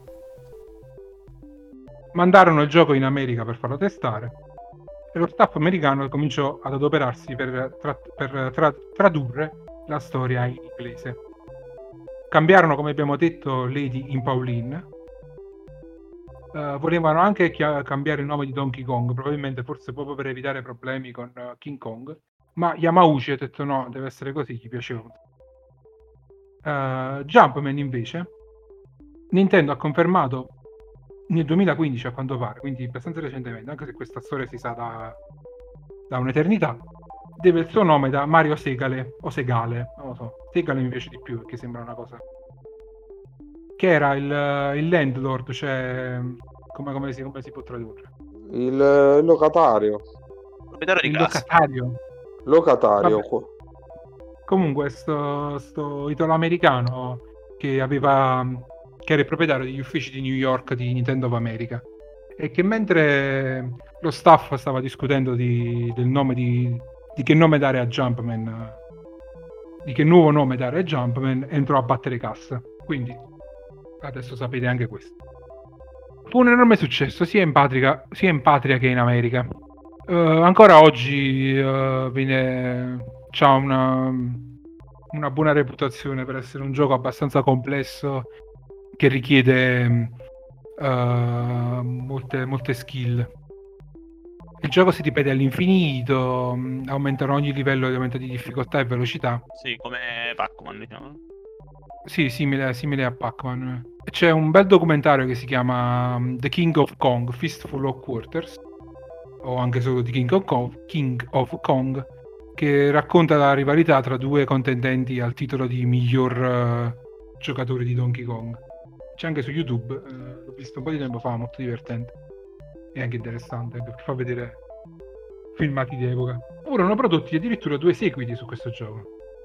Mandarono il gioco in America per farlo testare e lo staff americano cominciò ad adoperarsi per tradurre la storia in inglese. Cambiarono, come abbiamo detto, Lady in Pauline. Volevano anche cambiare il nome di Donkey Kong, probabilmente forse proprio per evitare problemi con King Kong, ma Yamauchi ha detto no, deve essere così, gli piaceva. Jumpman invece, Nintendo ha confermato nel 2015 a quanto pare, quindi abbastanza recentemente, anche se questa storia si sa da un'eternità, deve il suo nome da Mario Segale o Segale, non lo so, Segale mi piace di più perché sembra una cosa che era il landlord, cioè come si può tradurre? Il locatario. Proprietario di Il casa. Locatario. Vabbè. Comunque sto italo-americano che era il proprietario degli uffici di New York di Nintendo of America, e che mentre lo staff stava discutendo del nome di che nome dare a Jumpman, di che nuovo nome dare a Jumpman, entrò a battere cassa. Quindi adesso sapete anche questo. Fu un enorme successo sia in patria che in America. Ancora oggi c'ha una buona reputazione per essere un gioco abbastanza complesso che richiede molte skill. Il gioco si ripete all'infinito, aumentano ogni livello, aumenta di difficoltà e velocità. Sì, come Pac-Man, diciamo. Sì, simile a Pac-Man. C'è un bel documentario che si chiama The King of Kong, Fistful of Quarters, o anche solo The King of Kong, che racconta la rivalità tra due contendenti al titolo di miglior giocatore di Donkey Kong. C'è anche su YouTube, l'ho visto un po' di tempo fa, molto divertente e anche interessante, perché fa vedere filmati di epoca. Ora hanno prodotti addirittura 2 seguiti su questo gioco.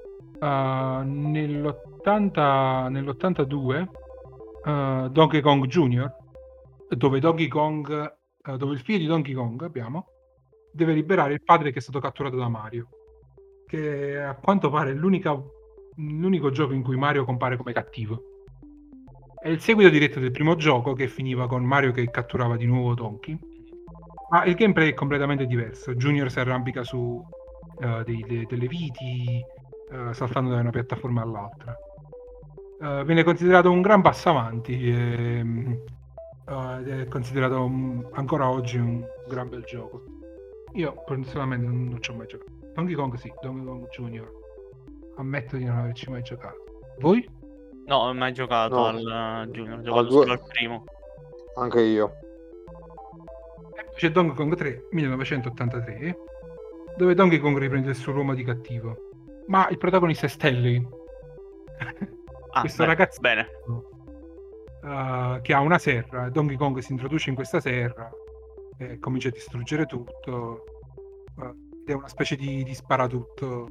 Nell'82 Donkey Kong Jr., dove il figlio di Donkey Kong deve liberare il padre che è stato catturato da Mario, che a quanto pare è l'unico gioco in cui Mario compare come cattivo. È il seguito diretto del primo gioco, che finiva con Mario che catturava di nuovo Donkey, ma il gameplay è completamente diverso. Junior si arrampica su delle viti, saltando da una piattaforma all'altra. Viene considerato un gran passo avanti ed è considerato ancora oggi un gran bel gioco. Io personalmente non ci ho mai giocato. Donkey Kong sì, Donkey Kong Junior ammetto di non averci mai giocato. Voi? No, non ho mai giocato No. al Junior, ho giocato due- solo al primo. Anche io. E poi c'è Donkey Kong 3 1983, dove Donkey Kong riprende il suo ruolo di cattivo, ma il protagonista è Stanley. Questo ragazzo Bene. che ha una serra. Donkey Kong si introduce in questa serra e comincia a distruggere tutto, ed è una specie di sparatutto,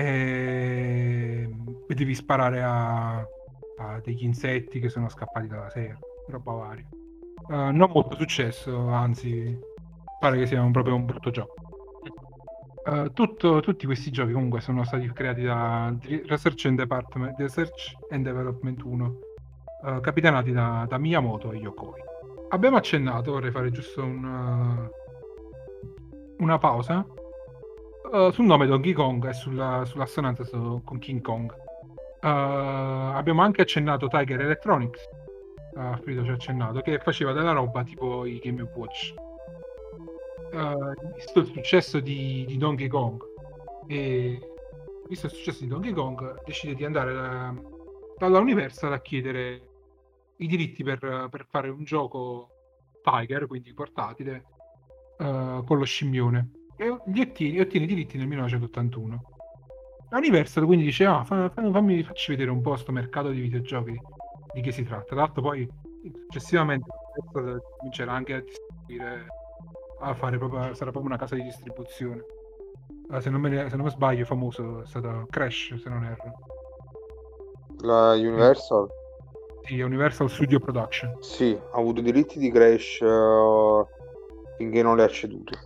e devi sparare a degli insetti che sono scappati dalla serra, roba varia. Non molto successo, anzi pare che sia proprio un brutto gioco. Tutti questi giochi comunque sono stati creati da Research and Development 1, capitanati da Miyamoto e Yokoi. Abbiamo accennato, vorrei fare giusto una pausa sul nome Donkey Kong e sulla assonanza con King Kong. Abbiamo anche accennato Tiger Electronics, Frido ci ha accennato, che faceva della roba tipo i Game & Watch. Visto il successo di Donkey Kong, decide di andare dalla Universal a chiedere i diritti per fare un gioco Tiger, quindi portatile, con lo scimmione, e ottiene i diritti nel 1981. La Universal quindi dice: facci vedere un po' sto mercato di videogiochi, di che si tratta. Tra l'altro poi successivamente comincerà anche a distribuire, a fare sarà proprio una casa di distribuzione. Se non mi sbaglio, famoso è stato Crash, se non erro. La Universal? Sì, Universal Studio Production. Sì, ha avuto diritti di Crash finché non li ha ceduti.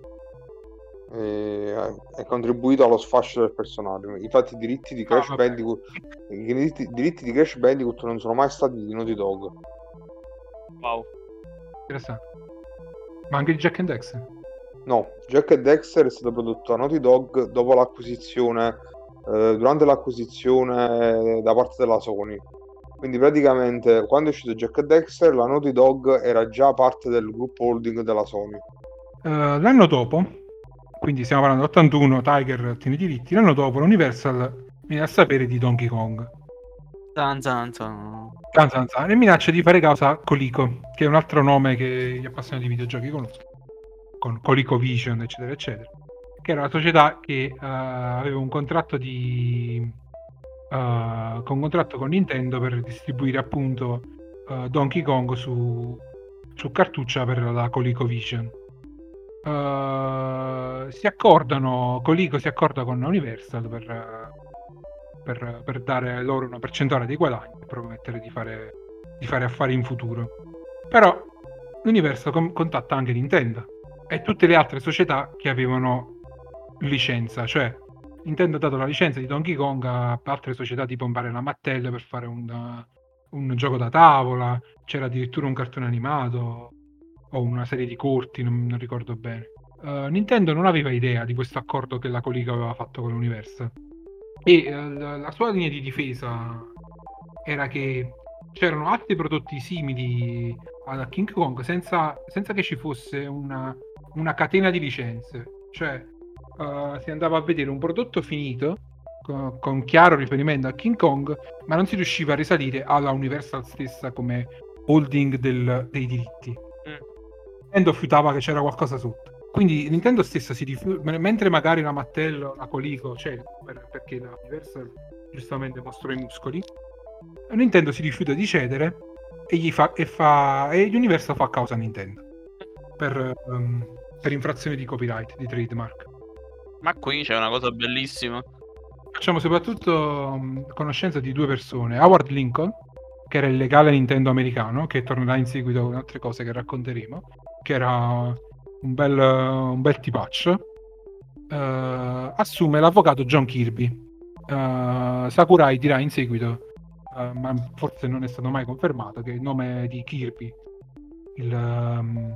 È contribuito allo sfascio del personaggio. Infatti i diritti di Crash Bandicoot di Crash Bandicoot non sono mai stati di Naughty Dog. Wow. Interessante. Ma anche di Jack and Dexter? No, Jack and Dexter è stato prodotto da Naughty Dog dopo l'acquisizione, durante l'acquisizione da parte della Sony. Quindi praticamente quando è uscito Jack and Dexter, la Naughty Dog era già parte del gruppo holding della Sony. L'anno dopo, quindi stiamo parlando dell'81, Tiger ottiene i diritti. L'anno dopo l'Universal viene a sapere di Donkey Kong e minaccia di fare causa a Coleco, che è un altro nome che gli appassionati di videogiochi conoscono, con ColecoVision eccetera eccetera, che era la società che aveva un contratto con Nintendo per distribuire appunto Donkey Kong su cartuccia per la ColecoVision. Coleco si accorda con Universal per dare loro una percentuale dei guadagni e promettere di fare affari in futuro. Però l'Universal contatta anche Nintendo e tutte le altre società che avevano licenza, cioè Nintendo ha dato la licenza di Donkey Kong a altre società tipo la Mattel per fare un gioco da tavola, c'era addirittura un cartone animato o una serie di corti, non ricordo bene. Nintendo non aveva idea di questo accordo che la Coleco aveva fatto con l'Universal e la sua linea di difesa era che c'erano altri prodotti simili a King Kong senza che ci fosse una catena di licenze, cioè si andava a vedere un prodotto finito con chiaro riferimento a King Kong, ma non si riusciva a risalire alla Universal stessa come holding dei diritti. Nintendo fiutava che c'era qualcosa sotto, quindi Nintendo stessa si rifiuta, mentre magari la Mattel, la Coleco c'è, perché la Universal giustamente mostrò i muscoli, Nintendo si rifiuta di cedere e Universal fa causa a Nintendo per infrazione di copyright, di trademark. Ma qui c'è una cosa bellissima. Facciamo soprattutto conoscenza di due persone: Howard Lincoln, che era il legale Nintendo americano, che tornerà in seguito con altre cose che racconteremo, che era un bel tipaccio. Assume l'avvocato John Kirby. Sakurai dirà in seguito, ma forse non è stato mai confermato, che il nome di Kirby, il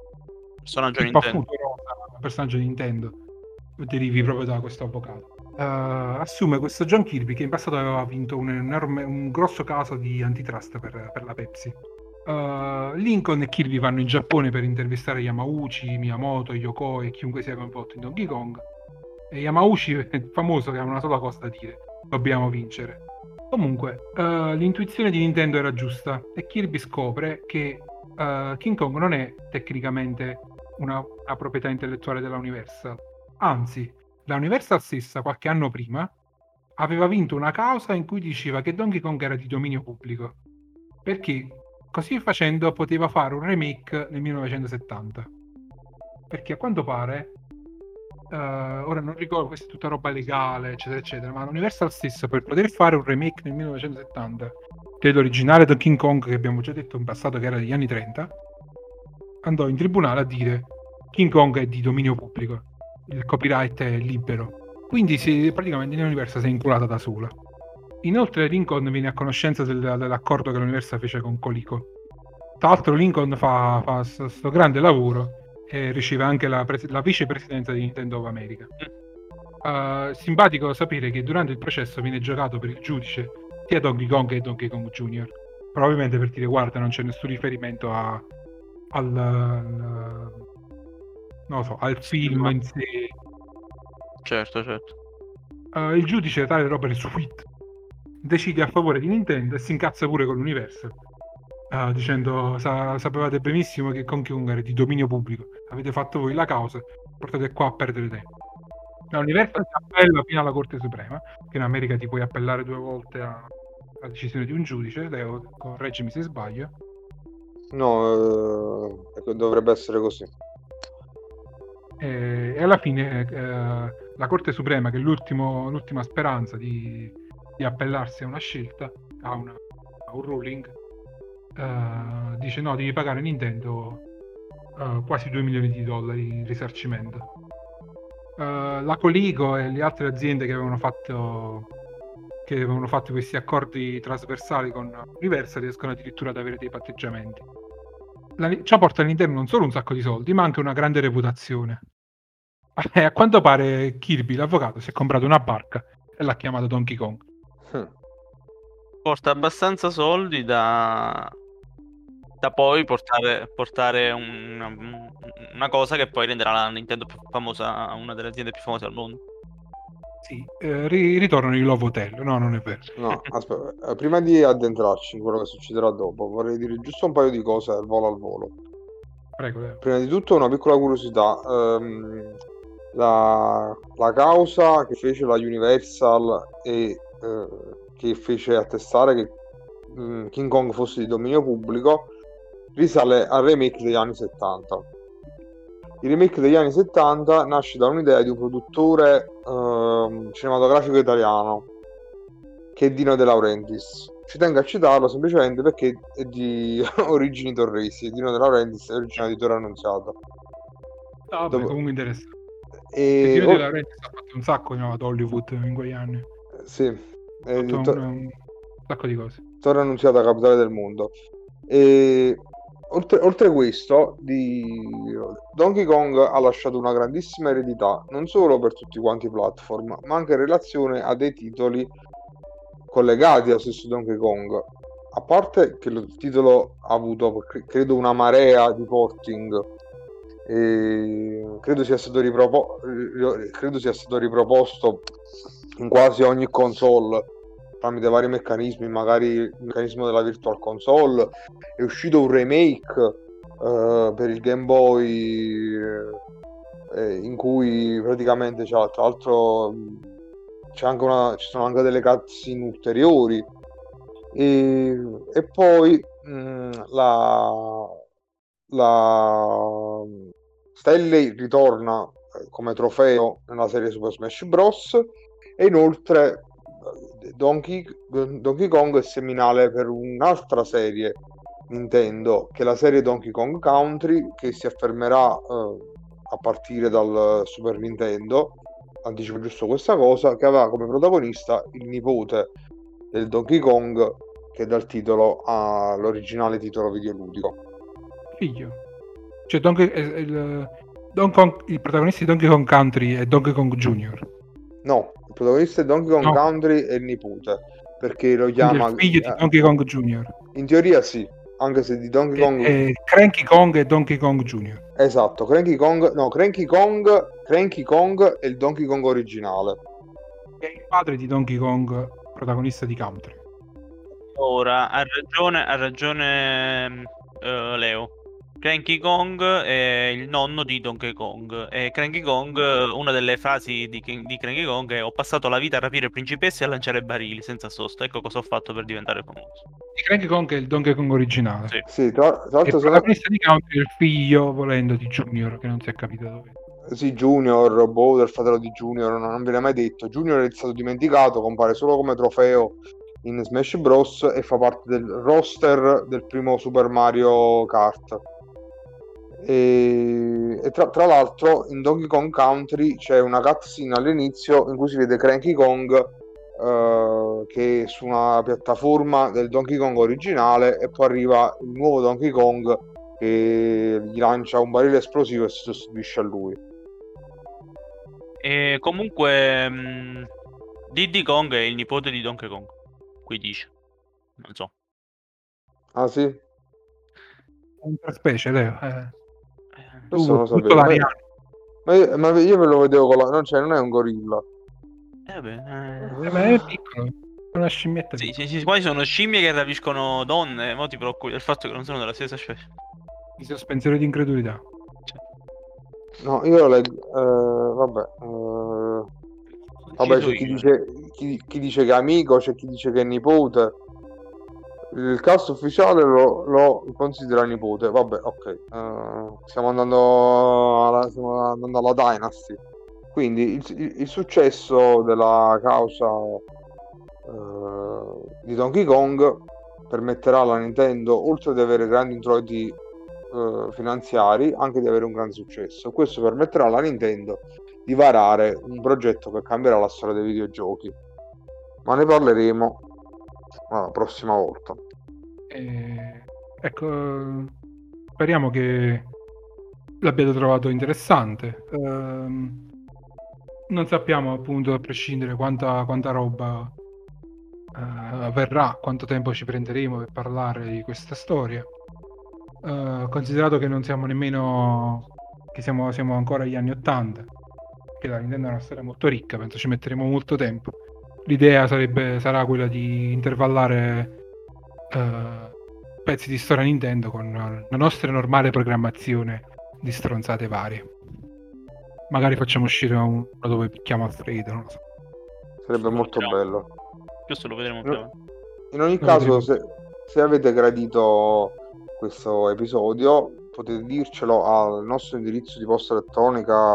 personaggio di Nintendo, derivi proprio da questo avvocato. Assume questo John Kirby, che in passato aveva vinto un grosso caso di antitrust per la Pepsi. Lincoln e Kirby vanno in Giappone per intervistare Yamauchi, Miyamoto, Yokoi e chiunque sia coinvolto in Donkey Kong. E Yamauchi è famoso che ha una sola cosa da dire: dobbiamo vincere. Comunque, l'intuizione di Nintendo era giusta e Kirby scopre che King Kong non è tecnicamente una proprietà intellettuale della Universal. Anzi, la Universal stessa, qualche anno prima, aveva vinto una causa in cui diceva che Donkey Kong era di dominio pubblico. Perché così facendo poteva fare un remake nel 1970. Perché a quanto pare, ora non ricordo, questa è tutta roba legale, eccetera, eccetera, ma l'Universal stessa per poter fare un remake nel 1970 dell'originale Donkey Kong, che abbiamo già detto in passato che era degli anni 30, andò in tribunale a dire King Kong è di dominio pubblico, il copyright è libero. Quindi praticamente l'Universal si è inculata da sola. Inoltre Lincoln viene a conoscenza dell'accordo che l'Universal fece con Coleco. Tra l'altro Lincoln fa questo grande lavoro e riceve anche la vicepresidenza di Nintendo of America. Simpatico sapere che durante il processo viene giocato per il giudice sia Donkey Kong che Donkey Kong Jr. Probabilmente per dire guarda, non c'è nessun riferimento al film in sé. Certo. Il giudice, tale Robert Sweet, decide a favore di Nintendo e si incazza pure con l'Universal, dicendo sapevate benissimo che Donkey Kong era di dominio pubblico, avete fatto voi la causa, portate qua a perdere tempo. L'Universal si appella fino alla Corte Suprema, che in America ti puoi appellare 2 volte alla decisione di un giudice. Leo, correggimi se sbaglio. No, dovrebbe essere così. E alla fine la Corte Suprema, che è l'ultima speranza di appellarsi a una scelta, a un ruling, dice no, devi pagare Nintendo quasi $2 milioni in risarcimento. La Coleco e le altre aziende che avevano fatto questi accordi trasversali con Universal riescono addirittura ad avere dei patteggiamenti. Ciò porta all'interno non solo un sacco di soldi, ma anche una grande reputazione. E a quanto pare Kirby, l'avvocato, si è comprato una barca e l'ha chiamata Donkey Kong. Porta abbastanza soldi da poi portare una cosa che poi renderà la Nintendo più famosa, una delle aziende più famose al mondo. Sì, ritornano in Love Hotel. No, non è vero. No, aspetta, prima di addentrarci in quello che succederà dopo, vorrei dire giusto un paio di cose al volo. Prego, Leo. Prima di tutto una piccola curiosità, la causa che fece la Universal e che fece attestare che King Kong fosse di dominio pubblico risale al remake degli anni 70. Il remake degli anni 70 nasce da un'idea di un produttore cinematografico italiano che è Dino De Laurentiis. Ci tengo a citarlo semplicemente perché è di origini torresi. Dino De Laurentiis è originario di Torre Annunziata. Comunque interessante. E Dino De Laurentiis ha fatto un sacco ad Hollywood in quegli anni. Sì, ha fatto un sacco di cose. Torre Annunziata, capitale del mondo. E oltre questo, Donkey Kong ha lasciato una grandissima eredità, non solo per tutti quanti i platform, ma anche in relazione a dei titoli collegati allo stesso Donkey Kong. A parte che il titolo ha avuto, credo, una marea di porting, e credo sia stato riproposto in quasi ogni console tramite vari meccanismi, magari il meccanismo della Virtual Console. È uscito un remake per il Game Boy in cui praticamente tra l'altro ci sono anche delle cutscene ulteriori e poi la Stanley ritorna come trofeo nella serie Super Smash Bros. E inoltre Donkey Kong è seminale per un'altra serie Nintendo, che è la serie Donkey Kong Country, che si affermerà a partire dal Super Nintendo. Anticipo giusto questa cosa, che aveva come protagonista il nipote del Donkey Kong, che dà il titolo all'originale titolo videoludico. Figlio. Cioè il protagonista di Donkey Kong Country è Donkey Kong Jr. No, il protagonista di Donkey Kong Country è il nipote, perché lo chiama il figlio di Donkey Kong Jr. In teoria sì, anche se di Donkey Kong Cranky Kong e Donkey Kong Jr. Esatto, Cranky Kong è il Donkey Kong originale. Che è il padre di Donkey Kong, protagonista di Country. Ora, ha ragione Leo. Cranky Kong è il nonno di Donkey Kong. E Cranky Kong, una delle frasi di Cranky Kong è: ho passato la vita a rapire principesse e a lanciare barili senza sosta. Ecco cosa ho fatto per diventare famoso. Il Cranky Kong è il Donkey Kong originale. Sì. Sì, tra E il l'altro protagonista di Country è il figlio, volendo, di Junior, che non si è capito dove. sì, Junior, Bowser, fratello di Junior, non viene mai detto. Junior è stato dimenticato, compare solo come trofeo in Smash Bros. E fa parte del roster del primo Super Mario Kart. E tra l'altro in Donkey Kong Country c'è una cutscene all'inizio in cui si vede Cranky Kong che è su una piattaforma del Donkey Kong originale, e poi arriva il nuovo Donkey Kong che gli lancia un barile esplosivo e si sostituisce a lui. E comunque Diddy Kong è il nipote di Donkey Kong. Qui dice. Non so. Ah sì? È un'interspecie, Leo. Questo non lo Tutto sapevo. l'ariano. Ma io me lo vedevo con la... non è un gorilla. Vabbè, È piccolo, è una scimmietta sì, piccola. sì, poi sono scimmie che rapiscono donne. Mo ti preoccupi del fatto che non sono della stessa specie. Di sospensione di incredulità. No, io leggo... vabbè. Vabbè, Deciso c'è chi io. dice, chi dice che è amico, c'è chi dice che è nipote. Il cast ufficiale lo considera nipote. Vabbè, ok. Stiamo andando alla Dynasty. Quindi il successo della causa di Donkey Kong permetterà alla Nintendo, oltre ad avere grandi introiti finanziari, anche di avere un grande successo. Questo permetterà alla Nintendo di varare un progetto che cambierà la storia dei videogiochi. Ma ne parleremo la prossima volta. Ecco, speriamo che l'abbiate trovato interessante. Non sappiamo, appunto, a prescindere quanta roba avverrà, quanto tempo ci prenderemo per parlare di questa storia. Considerato che non siamo nemmeno, che siamo ancora agli anni 80, che la Nintendo è una storia molto ricca, penso ci metteremo molto tempo. L'idea sarà quella di intervallare pezzi di storia Nintendo con la nostra normale programmazione di stronzate varie. Magari facciamo uscire uno dove picchiamo Alfredo, non lo so. Sarebbe molto bello. Questo lo vedremo più avanti. In ogni caso, se avete gradito questo episodio, potete dircelo al nostro indirizzo di posta elettronica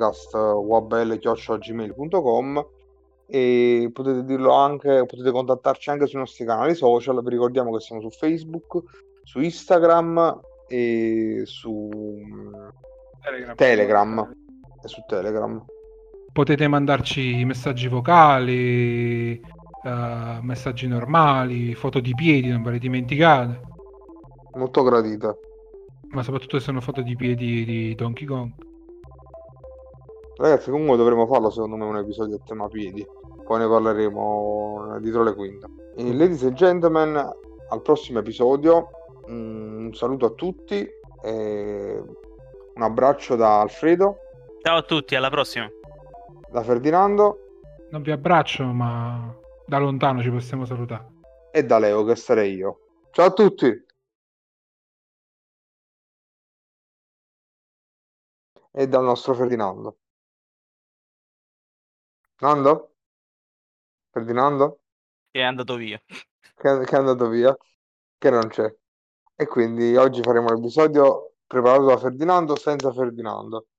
podcast.wabl@gmail.com, e potete dirlo anche, potete contattarci anche sui nostri canali social. Vi ricordiamo che siamo su Facebook, su Instagram e su Telegram. E su Telegram. Potete mandarci messaggi vocali, messaggi normali, foto di piedi, non ve le dimenticate. Molto gradite. Ma soprattutto se sono foto di piedi di Donkey Kong. Ragazzi, comunque dovremmo farlo, secondo me, un episodio a tema piedi. Poi ne parleremo dietro le quinte. Ladies and gentlemen, al prossimo episodio. Un saluto a tutti e un abbraccio da Alfredo. Ciao a tutti, alla prossima. Da Ferdinando. Non vi abbraccio, ma da lontano ci possiamo salutare. E da Leo, che sarei io. Ciao a tutti. E dal nostro Ferdinando. Nando? Ferdinando? Che è andato via. Che è andato via? Che non c'è. E quindi oggi faremo l'episodio preparato da Ferdinando senza Ferdinando.